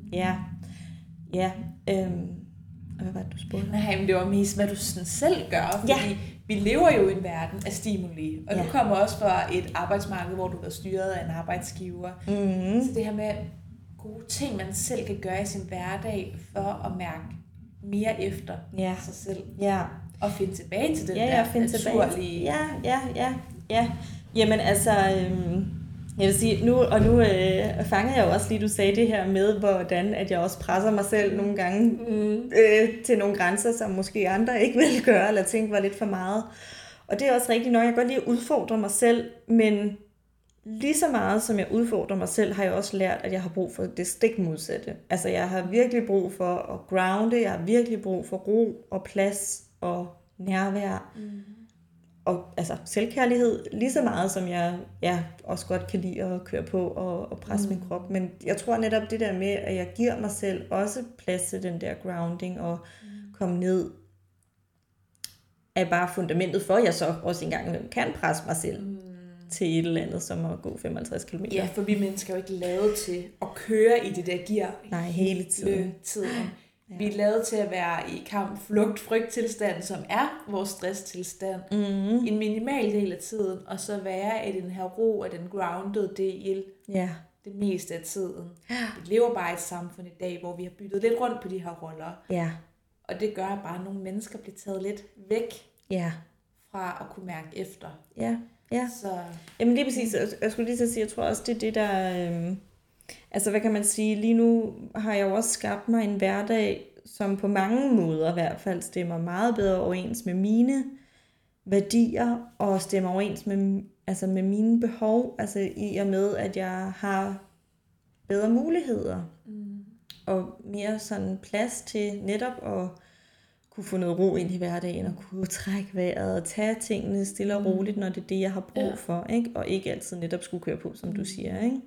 Ja. Hvad var det, du spurgte? Nej, men det var mest, hvad du sådan selv gør, fordi vi lever jo i en verden af stimuli, og du kommer også fra et arbejdsmarked, hvor du er styret af en arbejdsgiver. Så det her med gode ting, man selv kan gøre i sin hverdag, for at mærke mere efter sig selv. Ja. Og finde tilbage til den der naturlige... Ja. Jamen altså, jeg vil sige, nu fanger jeg jo også lige, du sagde det her med, hvordan at jeg også presser mig selv nogle gange til nogle grænser, som måske andre ikke ville gøre, eller tænke var lidt for meget. Og det er også rigtigt nok, jeg kan godt lide at udfordre mig selv, men lige så meget som jeg udfordrer mig selv, har jeg også lært, at jeg har brug for det stik modsatte. Altså jeg har virkelig brug for at grounde, jeg har virkelig brug for ro og plads og nærvær. Og altså selvkærlighed, lige så meget som jeg også godt kan lide at køre på og presse min krop. Men jeg tror netop det der med, at jeg giver mig selv også plads til den der grounding og komme ned, er bare fundamentet for, at jeg så også engang kan presse mig selv til et eller andet, som at gå 55 km. Ja, for vi mennesker er jo ikke lavet til at køre i det der gear. Nej, hele tiden. Ja. Vi er lavet til at være i kamp, flugt, frygttilstand, som er vores stresstilstand. En minimal del af tiden, og så være i den her ro og den grounded del det meste af tiden. Vi lever bare i et samfund i dag, hvor vi har byttet lidt rundt på de her roller. Ja. Og det gør bare, at nogle mennesker bliver taget lidt væk fra at kunne mærke efter. Ja. Så... Jamen lige præcis, jeg skulle lige så sige, jeg tror også, det er det, der... altså hvad kan man sige, lige nu har jeg jo også skabt mig en hverdag, som på mange måder i hvert fald stemmer meget bedre overens med mine værdier, og stemmer overens med mine behov, altså i og med, at jeg har bedre muligheder, og mere sådan plads til netop at kunne få noget ro ind i hverdagen, og kunne trække vejret, og tage tingene stille og roligt, når det er det, jeg har brug for, ikke? Og ikke altid netop skulle køre på, som du siger, ikke?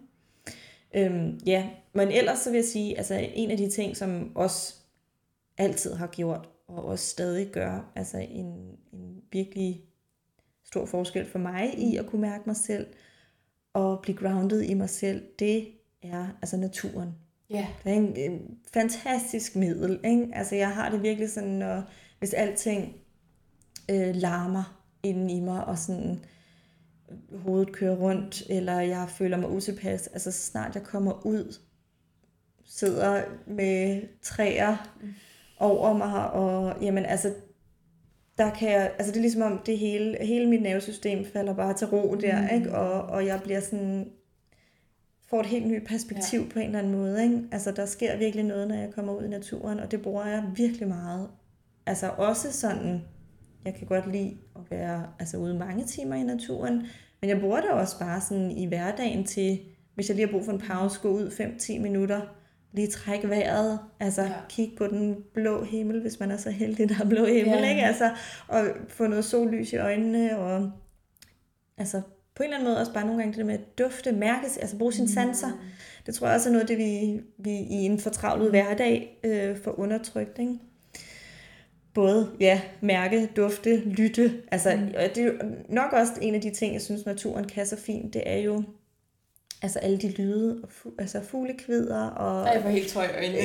Men ellers så vil jeg sige, altså en af de ting, som også altid har gjort, og også stadig gør, altså en virkelig stor forskel for mig i at kunne mærke mig selv, og blive grounded i mig selv, det er altså naturen. Yeah. Det er en fantastisk middel, ikke? Altså jeg har det virkelig sådan, når, hvis alting larmer inden i mig, og sådan hovedet kører rundt, eller jeg føler mig utilpas, altså så snart jeg kommer ud, sidder med træer over mig, og jamen altså, der kan jeg, altså det er ligesom om det hele mit nervesystem falder bare til ro der, ikke? Og jeg bliver sådan, får et helt nyt perspektiv på en eller anden måde, ikke? Altså der sker virkelig noget, når jeg kommer ud i naturen, og det bruger jeg virkelig meget. Altså også sådan, jeg kan godt lide at være ude mange timer i naturen, men jeg bruger det også bare sådan i hverdagen til, hvis jeg lige har brug for en pause, gå ud 5-10 minutter, lige trække vejret, kigge på den blå himmel, hvis man er så heldig, der er blå himmel, ikke? Altså, og få noget sollys i øjnene, og altså på en eller anden måde også bare nogle gange det der med at dufte, mærke, altså bruge sine sanser. Det tror jeg også er noget, det vi i en fortravlet hverdag får undertrykt, ikke? Både mærke, dufte, lytte. Altså, det er jo nok også en af de ting, jeg synes, naturen kan så fint. Det er jo altså alle de lyde, altså fuglekvidder. Og jeg får helt tøj i øjnene.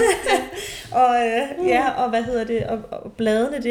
Og hvad hedder det? Og bladene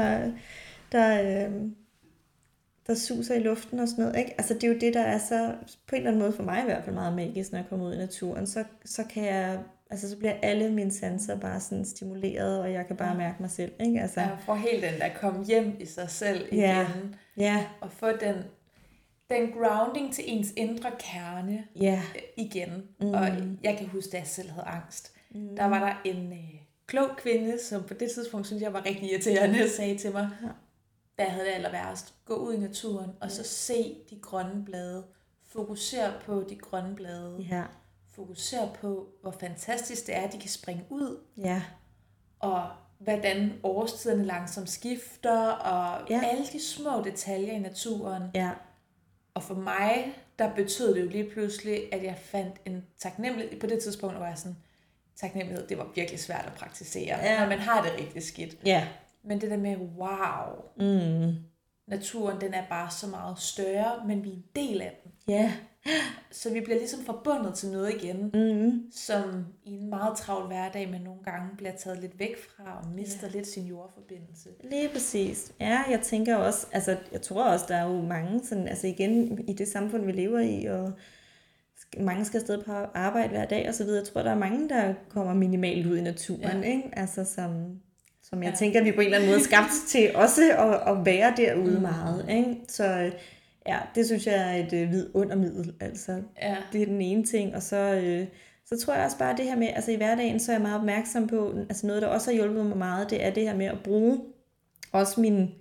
der suser i luften og sådan noget, ikke? Altså det er jo det, der er så, på en eller anden måde for mig i hvert fald meget magisk, når jeg kommer ud i naturen, så kan jeg, altså så bliver alle mine sanser bare sådan stimuleret, og jeg kan bare mærke mig selv, ikke? Altså, jeg får helt den der komme hjem i sig selv igen, og få den grounding til ens indre kerne igen. Og jeg kan huske, da jeg selv havde angst, der var der en klog kvinde, som på det tidspunkt synes jeg var rigtig irriterende, sagde til mig, da jeg havde det aller værst, gå ud i naturen, og så se de grønne blade. Fokuser på de grønne blade. Ja. Fokuser på, hvor fantastisk det er, at de kan springe ud. Ja. Og hvordan årstiderne langsomt skifter, og alle de små detaljer i naturen. Ja. Og for mig, der betød det jo lige pludselig, at jeg fandt en taknemmelighed. På det tidspunkt var jeg sådan, taknemmelighed, det var virkelig svært at praktisere, når man har det rigtig skidt. Ja. Men det der med, wow, naturen, den er bare så meget større, men vi er en del af den. Ja. Så vi bliver ligesom forbundet til noget igen, som i en meget travl hverdag, men nogle gange bliver taget lidt væk fra og mister lidt sin jordforbindelse. Lige præcis. Ja, jeg tænker også, altså jeg tror også, der er jo mange, sådan, altså igen i det samfund, vi lever i, og mange skal afsted på arbejde hver dag og så videre. Jeg tror, der er mange, der kommer minimalt ud i naturen, ikke? Altså som jeg tænker, vi på en eller anden måde er skabt til også at være derude meget, ikke? Så ja, det synes jeg er et vidundermiddel, altså. Det er den ene ting, og så tror jeg også bare det her med, altså i hverdagen, så er jeg meget opmærksom på, altså noget, der også har hjulpet mig meget, det er det her med at bruge også mine,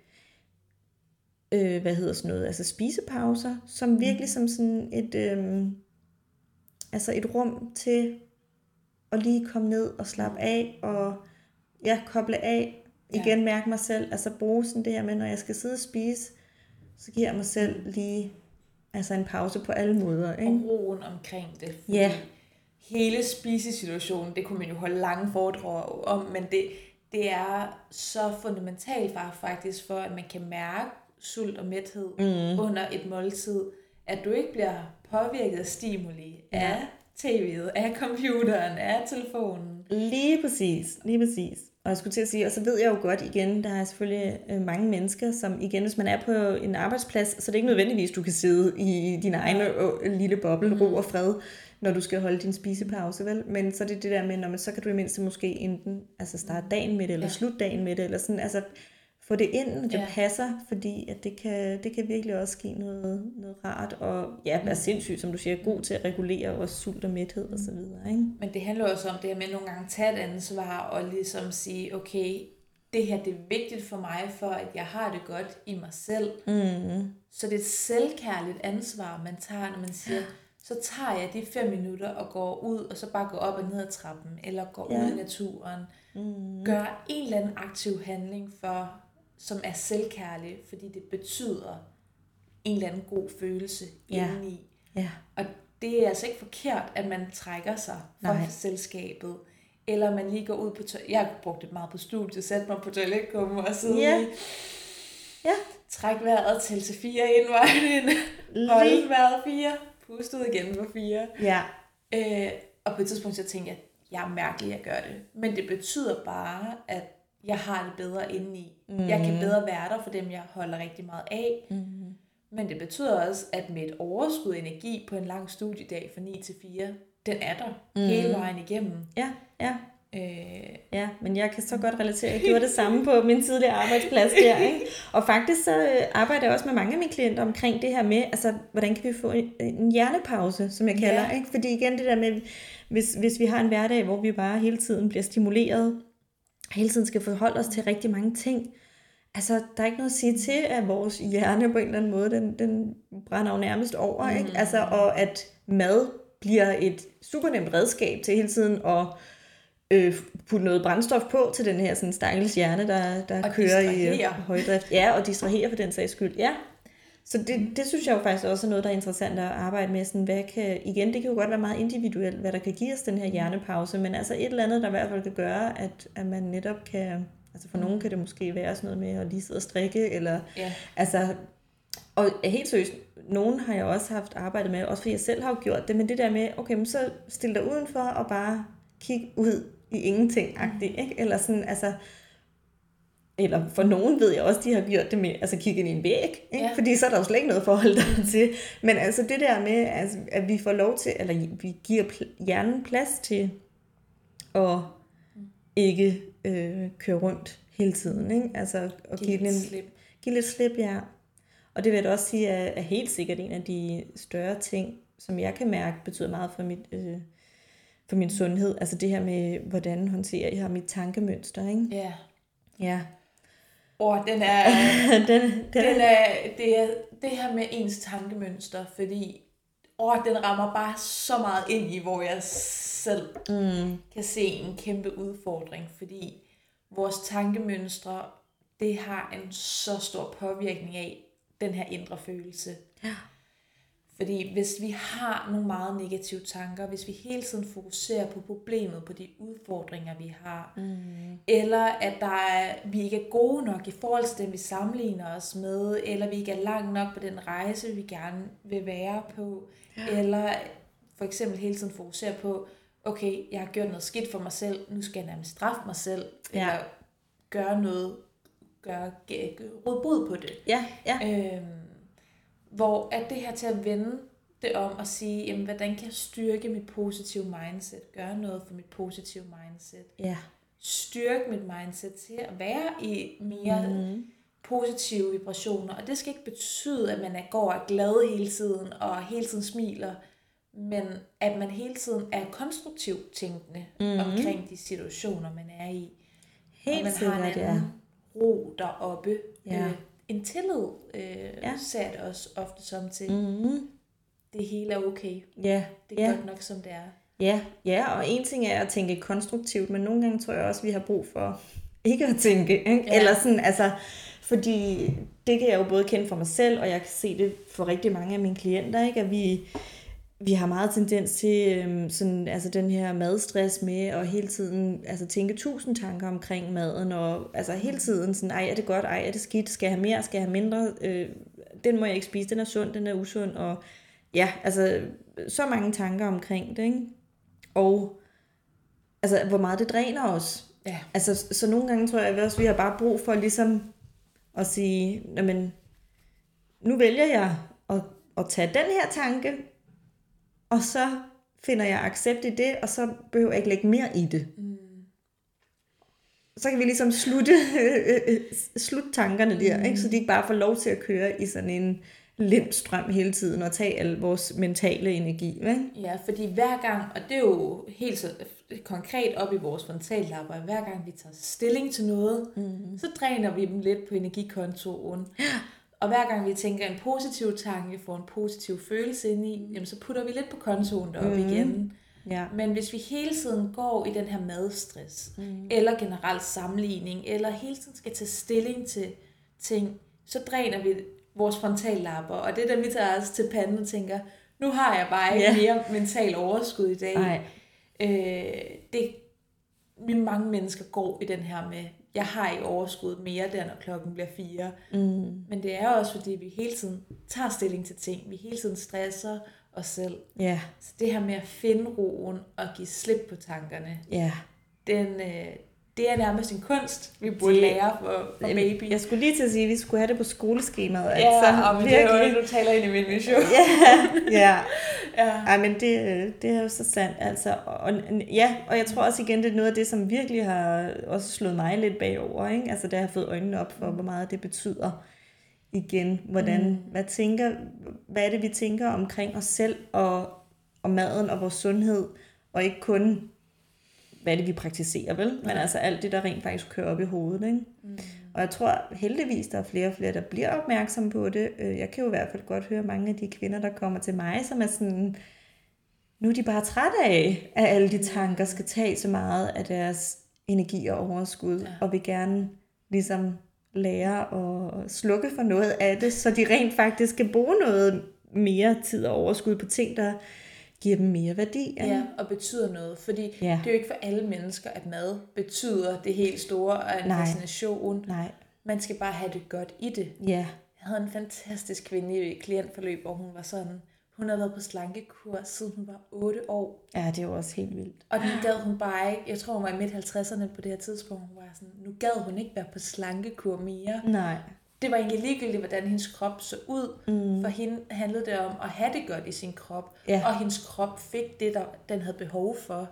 altså spisepauser, som virkelig som sådan et rum til at lige komme ned og slappe af, og koble af, igen mærke mig selv, altså bruge sådan det her med, når jeg skal sidde og spise, så giver jeg mig selv lige en pause på alle måder. Ikke? Og roen omkring det. Fordi hele spisesituationen, det kunne man jo holde lange foredrag om, men det er så fundamentalt faktisk for, at man kan mærke sult og mæthed under et måltid, at du ikke bliver påvirket af stimuli, af tv'et, af computeren, af telefonen. Lige præcis. Og jeg skulle til at sige, og så ved jeg jo godt igen, der er selvfølgelig mange mennesker, som igen, hvis man er på en arbejdsplads, så er det ikke nødvendigvis, du kan sidde i din egen lille boble, ro og fred, når du skal holde din spisepause, vel? Men så er det der med, så kan du i mindste måske enten starte dagen med det, eller slutte dagen med det, eller sådan, altså få det ind, når det passer, fordi at det kan virkelig også give noget rart, og være sindssygt, som du siger, god til at regulere også sult og mæthed og så videre, ikke? Men det handler også om det her med nogle gange tage et ansvar, og ligesom sige, okay, det her det er vigtigt for mig, for at jeg har det godt i mig selv. Så det er et selvkærligt ansvar, man tager, når man siger, så tager jeg de 5 minutter og går ud, og så bare går op og ned ad trappen, eller går ud i naturen. Gør en eller anden aktiv handling som er selvkærlig, fordi det betyder en eller anden god følelse indeni. Og det er altså ikke forkert, at man trækker sig fra selskabet, eller man lige går ud på jeg har brugt det meget på studiet, sætte mig på toiletkummen og sidde træk vejret, tæl til 4 indvejen, hold vejret 4, pust ud igen på 4. Og på et tidspunkt så tænkte jeg er mærkelig at gøre det, men det betyder bare, at jeg har det bedre indeni. Jeg kan bedre være der for dem, jeg holder rigtig meget af. Men det betyder også, at med et overskud energi på en lang studiedag fra 9 til 4, den er der hele vejen igennem. Ja, men jeg kan så godt relatere. Jeg gjorde det samme på min tidligere arbejdsplads der, ikke? Og faktisk så arbejder jeg også med mange af mine klienter omkring det her med, altså hvordan kan vi få en hjernepause, som jeg kalder, ikke? Fordi igen det der med, hvis vi har en hverdag, hvor vi bare hele tiden bliver stimuleret, hele tiden skal forholde os til rigtig mange ting, altså der er ikke noget at sige til, at vores hjerne på en eller anden måde, den brænder jo nærmest over, ikke? Altså, og at mad bliver et super nemt redskab til hele tiden at putte noget brændstof på til den her sådan stakkels hjerne, der kører i højdrift. Ja, og distraherer for den sags skyld. Ja. Så det synes jeg jo faktisk også er noget, der er interessant at arbejde med. Sådan, det kan jo godt være meget individuelt, hvad der kan give os den her hjernepause, men altså et eller andet, der i hvert fald kan gøre, at man netop kan, altså for nogen kan det måske være sådan noget med at lige sidde og strikke, eller altså, og helt seriøst, nogen har jeg også haft arbejdet med, også fordi jeg selv har gjort det, men det der med, okay, men så stil dig udenfor og bare kig ud i ingenting-agtigt, ikke? Eller sådan, altså, eller for nogen ved jeg også, de har gjort det med, altså kigge ind i en væg, ikke? Fordi så er der jo slet ikke noget forhold der til. Men altså det der med, altså, at vi får lov til, eller vi giver hjernen plads til at ikke køre rundt hele tiden, ikke? Altså at give lidt slip, ja. Og det vil jeg da også sige, er helt sikkert en af de større ting, som jeg kan mærke, betyder meget for min sundhed. Altså det her med, hvordan håndterer jeg mit tankemønster, ikke? Ja. Den er, det her med ens tankemønster, fordi den rammer bare så meget ind i, hvor jeg selv kan se en kæmpe udfordring, fordi vores tankemønstre, det har en så stor påvirkning af den her indre følelse. Fordi hvis vi har nogle meget negative tanker, hvis vi hele tiden fokuserer på problemet, på de udfordringer, vi har, eller at vi ikke er gode nok i forhold til dem, vi sammenligner os med, eller vi ikke er langt nok på den rejse, vi gerne vil være på, eller for eksempel hele tiden fokusere på, okay, jeg har gjort noget skidt for mig selv, nu skal jeg nærmest straffe mig selv, eller gøre noget, råd brud på det. Hvor er det her til at vende det om og sige, jamen, hvordan kan jeg styrke mit positive mindset, gøre noget for mit positive mindset, styrke mit mindset til at være i mere positive vibrationer, og det skal ikke betyde, at man går og er glad hele tiden, og hele tiden smiler, men at man hele tiden er konstruktivt tænkende omkring de situationer, man er i. Helt og man sikkert, har en anden ro deroppe. En tillid ser det også ofte som til. Det hele er okay. Det er godt nok, som det er. Og en ting er at tænke konstruktivt, men nogle gange tror jeg også, vi har brug for ikke at tænke. Ikke? Eller sådan, altså, fordi det kan jeg jo både kende for mig selv, og jeg kan se det for rigtig mange af mine klienter, ikke? At vi har meget tendens til sådan, altså den her madstress med at hele tiden altså tænke 1000 tanker omkring maden, og altså hele tiden sådan, ej er det godt, ej er det skidt, skal jeg have mere, skal jeg have mindre, den må jeg ikke spise, den er sund, den er usund, og altså så mange tanker omkring det, ikke? Og altså hvor meget det dræner os. Altså så nogle gange tror jeg også, vi har bare brug for ligesom at sige, jamen nu vælger jeg at tage den her tanke, og så finder jeg accept i det, og så behøver jeg ikke lægge mere i det. Så kan vi ligesom slutte tankerne der, ikke? Så de ikke bare får lov til at køre i sådan en lind strøm hele tiden, og tage al vores mentale energi. Ikke? Ja, fordi hver gang, og det er jo helt så konkret op i vores frontallapper, hver gang vi tager stilling til noget, så dræner vi dem lidt på energikontoen. Og hver gang vi tænker en positiv tanke, får en positiv følelse ind i, jamen, så putter vi lidt på kontoen deroppe igen. Men hvis vi hele tiden går i den her madstress, eller generelt sammenligning, eller hele tiden skal tage stilling til ting, så dræner vi vores frontallapper. Og det er der, vi tager os til panden og tænker, nu har jeg bare ikke mere mental overskud i dag. Mange mennesker går i den her med, jeg har ikke overskud mere der, når klokken bliver 4. Men det er også, fordi vi hele tiden tager stilling til ting. Vi hele tiden stresser os selv. Så det her med at finde roen og give slip på tankerne, det er nærmest en kunst, vi burde lære for baby. Jeg skulle lige til at sige, at vi skulle have det på skoleskemaet. Men det er jo, du taler ind i min mission. Ej, men det er jo så sandt. Altså. Og jeg tror også igen, det er noget af det, som virkelig har også slået mig lidt bagover. Ikke? Altså, da jeg har fået øjnene op for, hvor meget det betyder igen. Hvad er det, vi tænker omkring os selv og maden og vores sundhed, og ikke kun hvad det vi praktiserer, vel? Men altså alt det, der rent faktisk kører op i hovedet, ikke? Og jeg tror heldigvis, der er flere og flere, der bliver opmærksomme på det. Jeg kan jo i hvert fald godt høre mange af de kvinder, der kommer til mig, som er sådan, nu er de bare trætte af, at alle de tanker skal tage så meget af deres energi og overskud, og vil gerne ligesom lære at slukke for noget af det, så de rent faktisk skal bruge noget mere tid og overskud på ting, der giver dem mere værdi. Ja, og betyder noget. Fordi det er jo ikke for alle mennesker, at mad betyder det helt store og en fascination. Nej. Man skal bare have det godt i det. Ja. Jeg havde en fantastisk kvinde i klientforløb, hvor hun var sådan, hun havde været på slankekur, siden hun var 8 år. Ja, det er jo også helt vildt. Og nu gad hun bare ikke, jeg tror hun var i midt-50'erne på det her tidspunkt, hun var sådan, nu gad hun ikke være på slankekur mere. Nej. Det var egentlig ligegyldigt, hvordan hendes krop så ud. For hende handlede det om at have det godt i sin krop. Og hendes krop fik det, den havde behov for.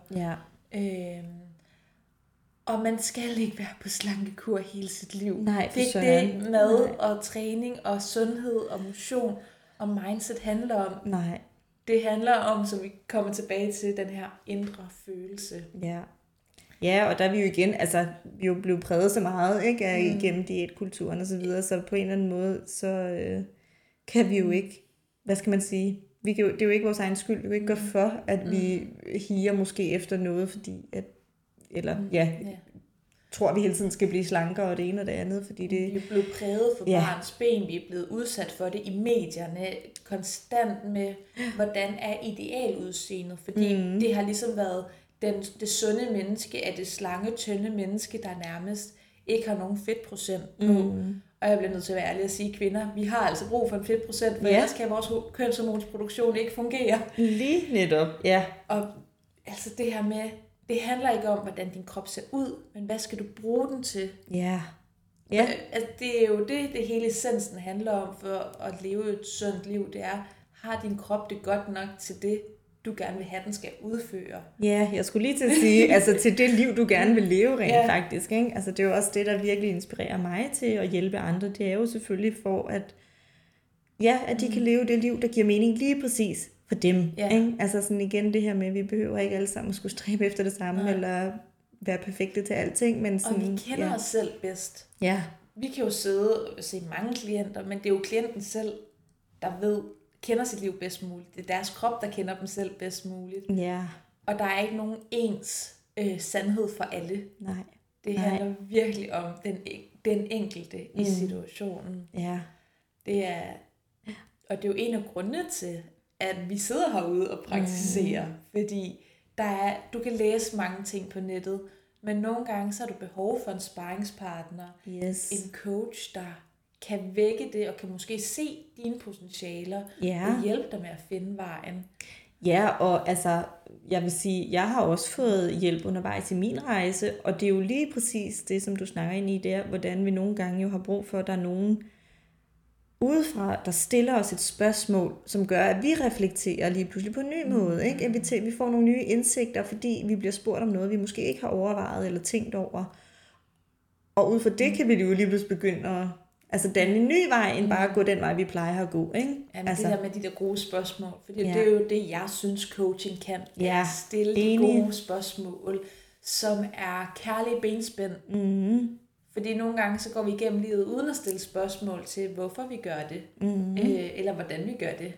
Og man skal ikke være på slankekur hele sit liv. Nej, det er ikke det mad og træning og sundhed og motion og mindset handler om. Nej. Det handler om, som vi kommer tilbage til, den her indre følelse. Ja, og der er vi jo igen, altså vi er jo blevet præget så meget, ikke, igennem diætkulturen og så videre, så på en eller anden måde, så kan vi jo ikke, hvad skal man sige, det er jo ikke vores egen skyld, vi kan jo ikke gøre for, at vi higer måske efter noget, fordi at, tror, vi hele tiden skal blive slankere og det ene og det andet, fordi det... Vi er blevet præget for barns ben, vi er blevet udsat for det i medierne, konstant med, hvordan er idealudseendet, fordi det har ligesom været det sunde menneske, er det slange, tynde menneske, der nærmest ikke har nogen fedtprocent på. Og jeg bliver nødt til at være ærlig at sige, kvinder, vi har altså brug for en fedtprocent, for ellers kan vores kønshormonsproduktion ikke fungere. Lige netop, ja. Og altså det her med, det handler ikke om, hvordan din krop ser ud, men hvad skal du bruge den til? Ja. Altså, det er jo det hele essensen handler om for at leve et sundt liv. Det er, har din krop det godt nok til det, du gerne vil have, den skal udføre? Ja, jeg skulle lige til at sige, altså til det liv, du gerne vil leve rent faktisk. Ikke? Altså det er jo også det, der virkelig inspirerer mig til at hjælpe andre. Det er jo selvfølgelig for, at de kan leve det liv, der giver mening lige præcis for dem. Ikke? Altså sådan igen det her med, at vi behøver ikke alle sammen at skulle stræbe efter det samme, eller være perfekte til alting. Men sådan, og vi kender os selv bedst. Ja. Vi kan jo sidde og se mange klienter, men det er jo klienten selv, der kender sit liv bedst muligt. Det er deres krop, der kender dem selv bedst muligt. Ja. Og der er ikke nogen ens sandhed for alle. Nej. Det handler virkelig om den enkelte i situationen. Ja. Det er, og det er jo en af grundene til, at vi sidder herude og praktiserer. Fordi du kan læse mange ting på nettet, men nogle gange så har du behov for en sparringspartner, en coach, der kan vække det, og kan måske se dine potentialer, og hjælpe dig med at finde vejen. Ja, og altså, jeg vil sige, jeg har også fået hjælp undervejs i min rejse, og det er jo lige præcis det, som du snakker ind i der, hvordan vi nogle gange jo har brug for, at der er nogen udefra, der stiller os et spørgsmål, som gør, at vi reflekterer lige pludselig på en ny måde. Ikke? At vi får nogle nye indsigter, fordi vi bliver spurgt om noget, vi måske ikke har overvejet eller tænkt over. Og ud fra det kan vi jo lige pludselig begynde at danne en ny vej, end bare at gå den vej, vi plejer at gå. Ikke? Ja, men det der med de der gode spørgsmål, for det er jo det, jeg synes, coaching kan. At stille de gode spørgsmål, som er kærlige benspænd. Fordi nogle gange, så går vi igennem livet uden at stille spørgsmål til, hvorfor vi gør det, eller hvordan vi gør det.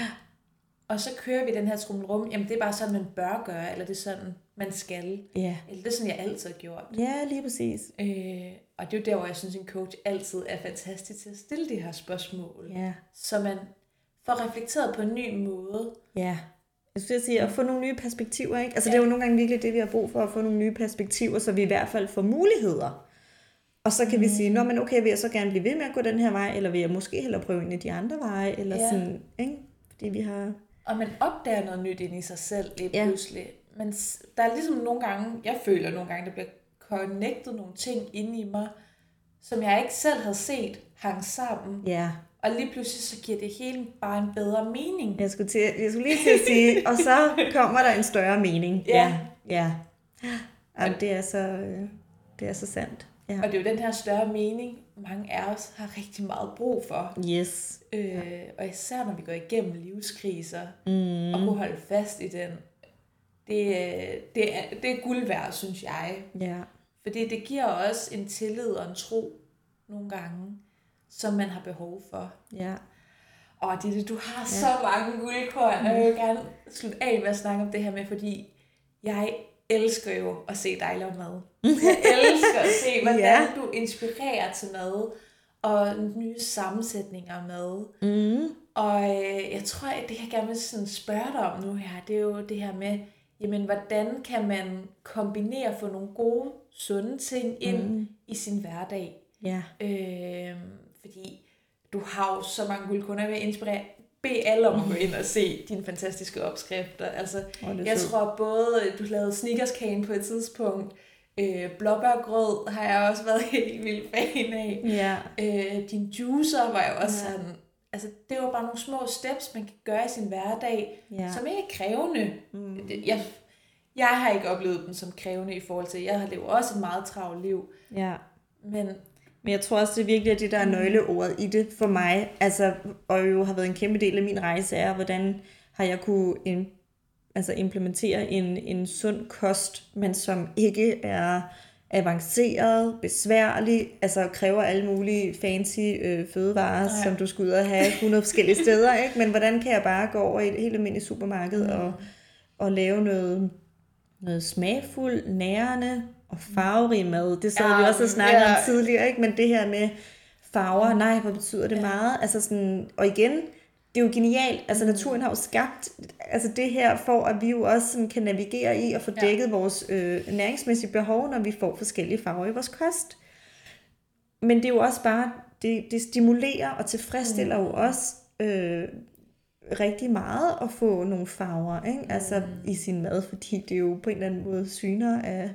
Og så kører vi den her trummelrum, jamen det er bare sådan, man bør gøre, eller det er sådan, man skal. Eller det er sådan, jeg altid har gjort. Ja, lige præcis. Og det er jo der, hvor jeg synes, en coach altid er fantastisk til at stille de her spørgsmål. Så man får reflekteret på en ny måde. Ja, jeg skulle sige, at få nogle nye perspektiver. Ikke? Altså det er jo nogle gange virkelig det, vi har brug for, at få nogle nye perspektiver, så vi i hvert fald får muligheder. Og så kan vi sige, nå, men okay, vil jeg så gerne blive ved med at gå den her vej, eller vil jeg måske hellere prøve en af de andre veje, eller sådan, ikke? Fordi vi har... Og man opdager noget nyt ind i sig selv lige pludselig. Men der er ligesom nogle gange, jeg føler nogle gange, der bliver connectet nogle ting inde i mig, som jeg ikke selv havde set hang sammen. Og lige pludselig så giver det hele bare en bedre mening. Jeg skulle lige til at sige, og så kommer der en større mening. Ja. Jamen, det er så sandt. Ja. Og det er jo den her større mening, mange af os har rigtig meget brug for. Yes. Og især når vi går igennem livskriser, og kunne holde fast i den, det er guld værd, synes jeg. Fordi det giver også en tillid og en tro nogle gange, som man har behov for. Og Ditte, du har så mange guldkorn, og jeg vil gerne slutte af med at snakke om det her med, fordi jeg elsker jo at se dig lave mad. Jeg elsker at se, hvordan du inspirerer til mad, og nye sammensætninger af mad. Og jeg tror, at det jeg gerne vil sådan spørge dig om nu her, det er jo det her med, jamen, hvordan kan man kombinere for nogle gode, sunde ting ind i sin hverdag? Fordi du har jo så mange guldkunder, jeg vil inspirere. Bed alle om at gå ind og se dine fantastiske opskrifter. Altså, jeg tror både, du lavede snickerskagen på et tidspunkt, blåbærgrød har jeg også været helt vildt fan af. Din juicer var jo også sådan, altså det var bare nogle små steps, man kan gøre i sin hverdag, som ikke er krævende. Jeg har ikke oplevet dem som krævende i forhold til, jeg har levet også et meget travlt liv. Men jeg tror også, det er virkelig det, der er nøgleordet i det for mig. Altså, og jo har været en kæmpe del af min rejse er, hvordan har jeg kunne implementere en sund kost, men som ikke er avanceret, besværlig, altså kræver alle mulige fancy fødevarer, som du skal ud og have 100 forskellige steder. Ikke? Men hvordan kan jeg bare gå over i et helt almindeligt supermarked og lave noget smagfuldt, nærende, og farverig mad. Det sad vi også og snakkede om tidligere, ikke? Men det her med farver, nej, hvad betyder det meget? Altså sådan, og igen, det er jo genialt. Altså naturen har jo skabt altså det her, for at vi jo også sådan kan navigere i og få dækket vores næringsmæssige behov, når vi får forskellige farver i vores kost. Men det er jo også bare, det stimulerer og tilfredsstiller jo også rigtig meget at få nogle farver, ikke? Altså i sin mad, fordi det er jo på en eller anden måde syner af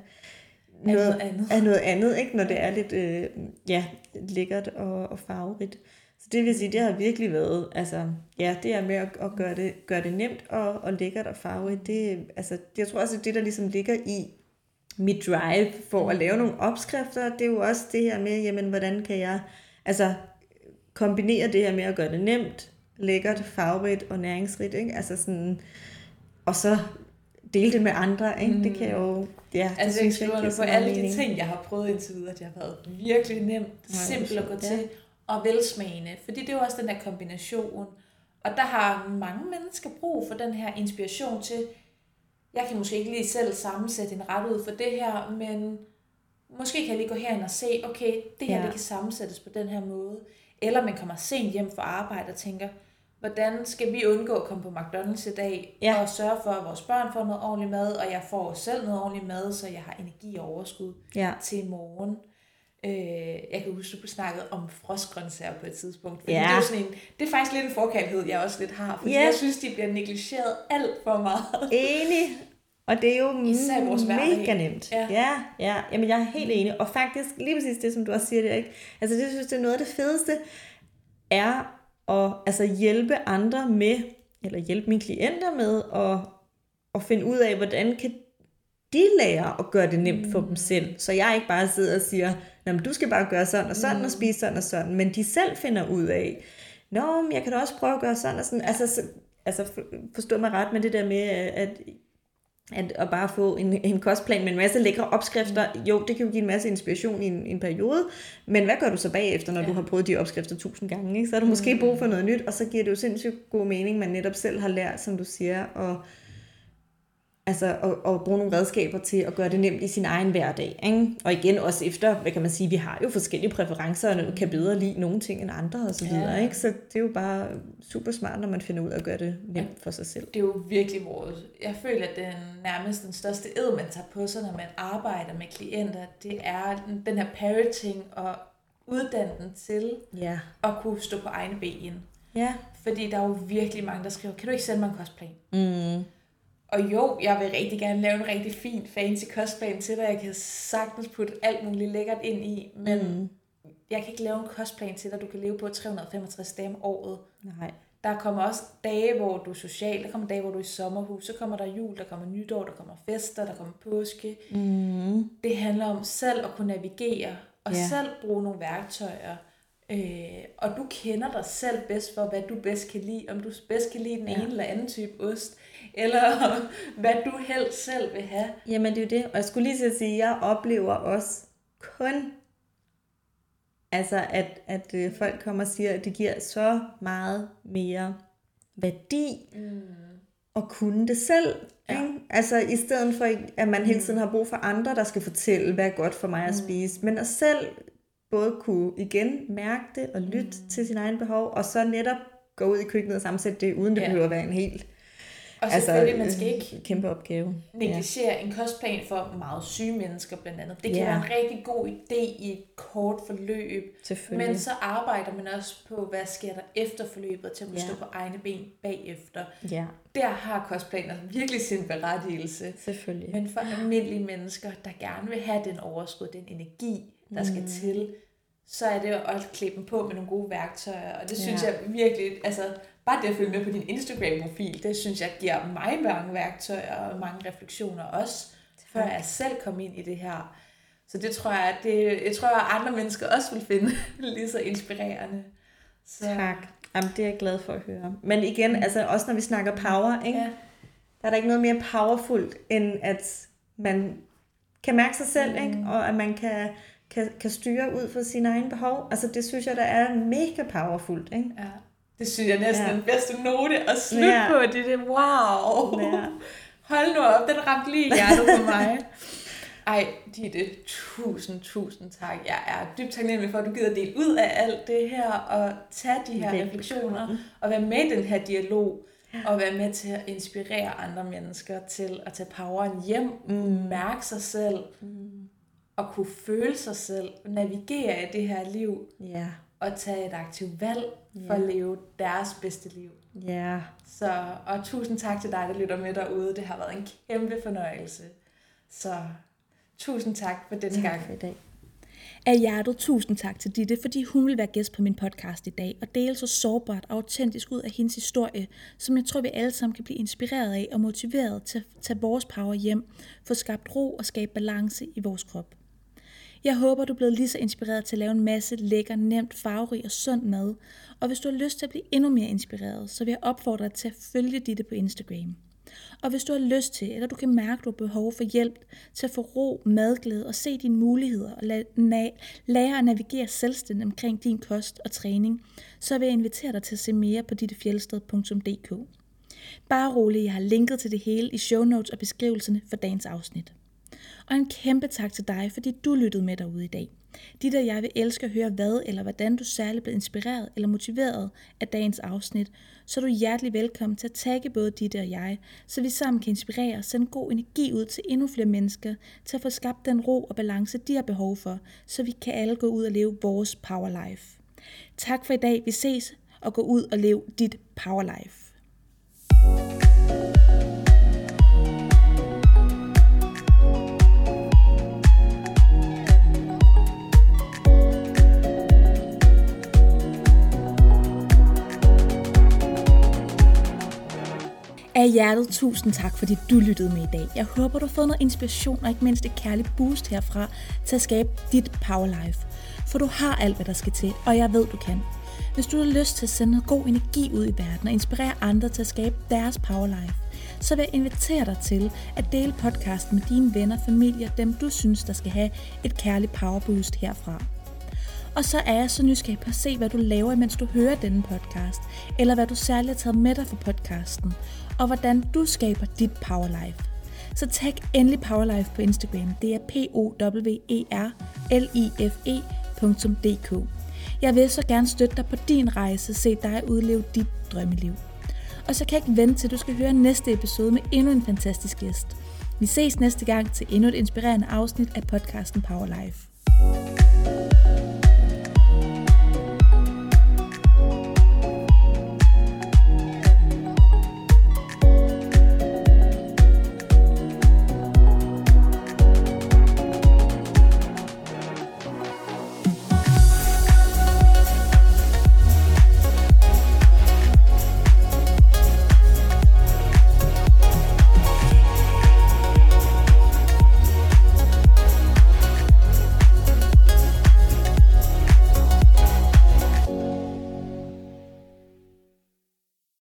noget andet, ikke? Når det er lidt lækkert og farverigt. Så det vil sige, det har virkelig været, altså det er med at gøre det nemt og lækkert og farverigt. Det, altså, jeg tror også, at det der ligesom ligger i mit drive for at lave nogle opskrifter, det er jo også det her med, jamen hvordan kan jeg altså kombinere det her med at gøre det nemt, lækkert, farverigt og næringsrigt, ikke? Altså sådan, og så dele det med andre, ikke? Det kan jo, altså jeg skriver på alle de ting, jeg har prøvet indtil videre, at det har været virkelig nemt, simpelt at gå til, og velsmagende, fordi det er jo også den der kombination, og der har mange mennesker brug for den her inspiration til, jeg kan måske ikke lige selv sammensætte en ret ud for det her, men måske kan jeg lige gå herind og se, okay, det her det kan sammensættes på den her måde. Eller man kommer sent hjem fra arbejde og tænker, hvordan skal vi undgå at komme på McDonald's i dag, og sørge for, at vores børn får noget ordentligt mad, og jeg får selv noget ordentligt mad, så jeg har energi og overskud til i morgen. Jeg kan huske, du snakkede om frostgrøntsager på et tidspunkt. Fordi det er jo sådan en, det er faktisk lidt en forkærlighed, jeg også lidt har. Fordi jeg synes, de bliver negligeret alt for meget. Enig. Og det er jo mega nemt. Ja. Jamen, jeg er helt enig. Og faktisk, lige præcis det, som du også siger der, ikke? Altså, det synes jeg, noget af det fedeste er at altså, hjælpe andre med, eller hjælpe mine klienter med at finde ud af, hvordan kan de lære at gøre det nemt for dem selv. Så jeg ikke bare sidder og siger, du skal bare gøre sådan og sådan og spise sådan og sådan, men de selv finder ud af, men jeg kan da også prøve at gøre sådan og sådan. Altså forstå mig ret med det der med, at bare få en kostplan med en masse lækre opskrifter. Jo, det kan jo give en masse inspiration i en periode, men hvad gør du så bagefter, når du har prøvet de opskrifter 1000 gange? Ikke? Så er du måske brug for noget nyt, og så giver det jo sindssygt god mening, man netop selv har lært, som du siger, og bruge nogle redskaber til at gøre det nemt i sin egen hverdag. Ikke? Og igen også efter, hvad kan man sige, vi har jo forskellige præferencer, og kan bedre lide nogle ting end andre og så videre. Ikke? Så det er jo bare super smart, når man finder ud af at gøre det nemt for sig selv. Det er jo virkelig vores. Jeg føler, at det er nærmest den største ed, man tager på sig, når man arbejder med klienter. Det er den her parenting og uddanne den til at kunne stå på egne ben. Ja. Fordi der er jo virkelig mange, der skriver, kan du ikke sende mig en kostplan? Og jo, jeg vil rigtig gerne lave en rigtig fin, fancy kostplan til dig. Jeg kan sagtens putte alt muligt lækkert ind i, men jeg kan ikke lave en kostplan til dig, du kan leve på 365 dage om året. Nej. Der kommer også dage, hvor du er social, der kommer dage, hvor du er i sommerhus, så kommer der jul, der kommer nytår, der kommer fester, der kommer påske. Det handler om selv at kunne navigere, og selv bruge nogle værktøjer. Og du kender dig selv bedst for, hvad du bedst kan lide. Om du bedst kan lide den ene eller anden type ost, eller hvad du helst selv vil have. Jamen det er jo det. Og jeg skulle lige så sige, at jeg oplever også kun, altså at folk kommer og siger, at det giver så meget mere værdi at kunne det selv. Ikke? Altså i stedet for, at man hele tiden har brug for andre, der skal fortælle, hvad er godt for mig at spise, men at selv både kunne igen mærke det og lytte til sine egne behov, og så netop gå ud i køkkenet og sammensætte det, uden det behøver at være en helt og selvfølgelig, man skal ikke kæmpe opgave. Negligere en kostplan for meget syge mennesker blandt andet. Det kan være en rigtig god idé i et kort forløb, men så arbejder man også på, hvad sker der efter forløbet, til at kunne stå på egne ben bagefter. Der har kostplaner virkelig sin berettigelse. Selvfølgelig. Men for almindelige mennesker, der gerne vil have den overskud, den energi, der skal til, så er det jo at klippe dem på med nogle gode værktøjer. Og det synes jeg virkelig, altså bare det at følge med på din Instagram-profil, det synes jeg giver mig mange værktøjer og mange refleksioner også, før jeg selv kom ind i det her. Så det tror jeg, at andre mennesker også vil finde lige så inspirerende. Så. Tak. Jamen, det er jeg glad for at høre. Men igen, altså også når vi snakker power, ikke? Der er der ikke noget mere powerfult, end at man kan mærke sig selv, ikke? Og at man kan styre ud fra sine egne behov. Altså det synes jeg, der er mega powerfult, ikke? Ja. Det synes jeg næsten er den bedste note at slutte på. Det er wow. Hold nu op, den ramte lige hjertet på mig. Ej, Ditte, tusind tak. Jeg er dybt taknemmelig for, at du gider dele ud af alt det her, og tage de her refleksioner, og være med i den her dialog, og være med til at inspirere andre mennesker til at tage poweren hjem, mærke sig selv, og kunne føle sig selv, navigere i det her liv, og tage et aktivt valg for at leve deres bedste liv. Ja. Og tusind tak til dig, der lytter med derude. Det har været en kæmpe fornøjelse. Så tusind tak for denne gang. Tak for i dag. Af hjertet tusind tak til Ditte, fordi hun vil være gæst på min podcast i dag, og dele så sårbart og autentisk ud af hendes historie, som jeg tror, vi alle sammen kan blive inspireret af og motiveret til at tage vores power hjem, få skabt ro og skabe balance i vores krop. Jeg håber, du er blevet lige så inspireret til at lave en masse lækker, nemt, farverig og sund mad, og hvis du har lyst til at blive endnu mere inspireret, så vil jeg opfordre dig til at følge Ditte på Instagram. Og hvis du har lyst til, eller du kan mærke, at du har behov for hjælp til at få ro, madglæde og se dine muligheder og lære at navigere selvstændigt omkring din kost og træning, så vil jeg invitere dig til at se mere på dittefjeldsted.dk. Bare rolig, jeg har linket til det hele i show notes og beskrivelserne for dagens afsnit. Og en kæmpe tak til dig, fordi du lyttede med derude i dag. Ditte og jeg vil elske at høre hvad eller hvordan du særligt blev inspireret eller motiveret af dagens afsnit, så er du hjertelig velkommen til at tagge både Ditte og jeg, så vi sammen kan inspirere og sende god energi ud til endnu flere mennesker, til at få skabt den ro og balance, de har behov for, så vi kan alle gå ud og leve vores power life. Tak for i dag, vi ses, og gå ud og lev dit power life. Af hjertet tusind tak, fordi du lyttede med i dag. Jeg håber, du har fået noget inspiration og ikke mindst et kærligt boost herfra til at skabe dit power life. For du har alt, hvad der skal til, og jeg ved, du kan. Hvis du har lyst til at sende noget god energi ud i verden og inspirere andre til at skabe deres power life, så vil jeg invitere dig til at dele podcasten med dine venner, familie og dem, du synes, der skal have et kærligt power boost herfra. Og så er jeg så nysgerrig på at se, hvad du laver, mens du hører denne podcast, eller hvad du særligt har taget med dig fra podcasten, og hvordan du skaber dit powerlife. Så tag endelig Powerlife på Instagram. Det er powerlife.dk. Jeg vil så gerne støtte dig på din rejse, se dig udleve dit drømmeliv. Og så kan jeg ikke vente til, du skal høre næste episode med endnu en fantastisk gæst. Vi ses næste gang til endnu et inspirerende afsnit af podcasten Powerlife.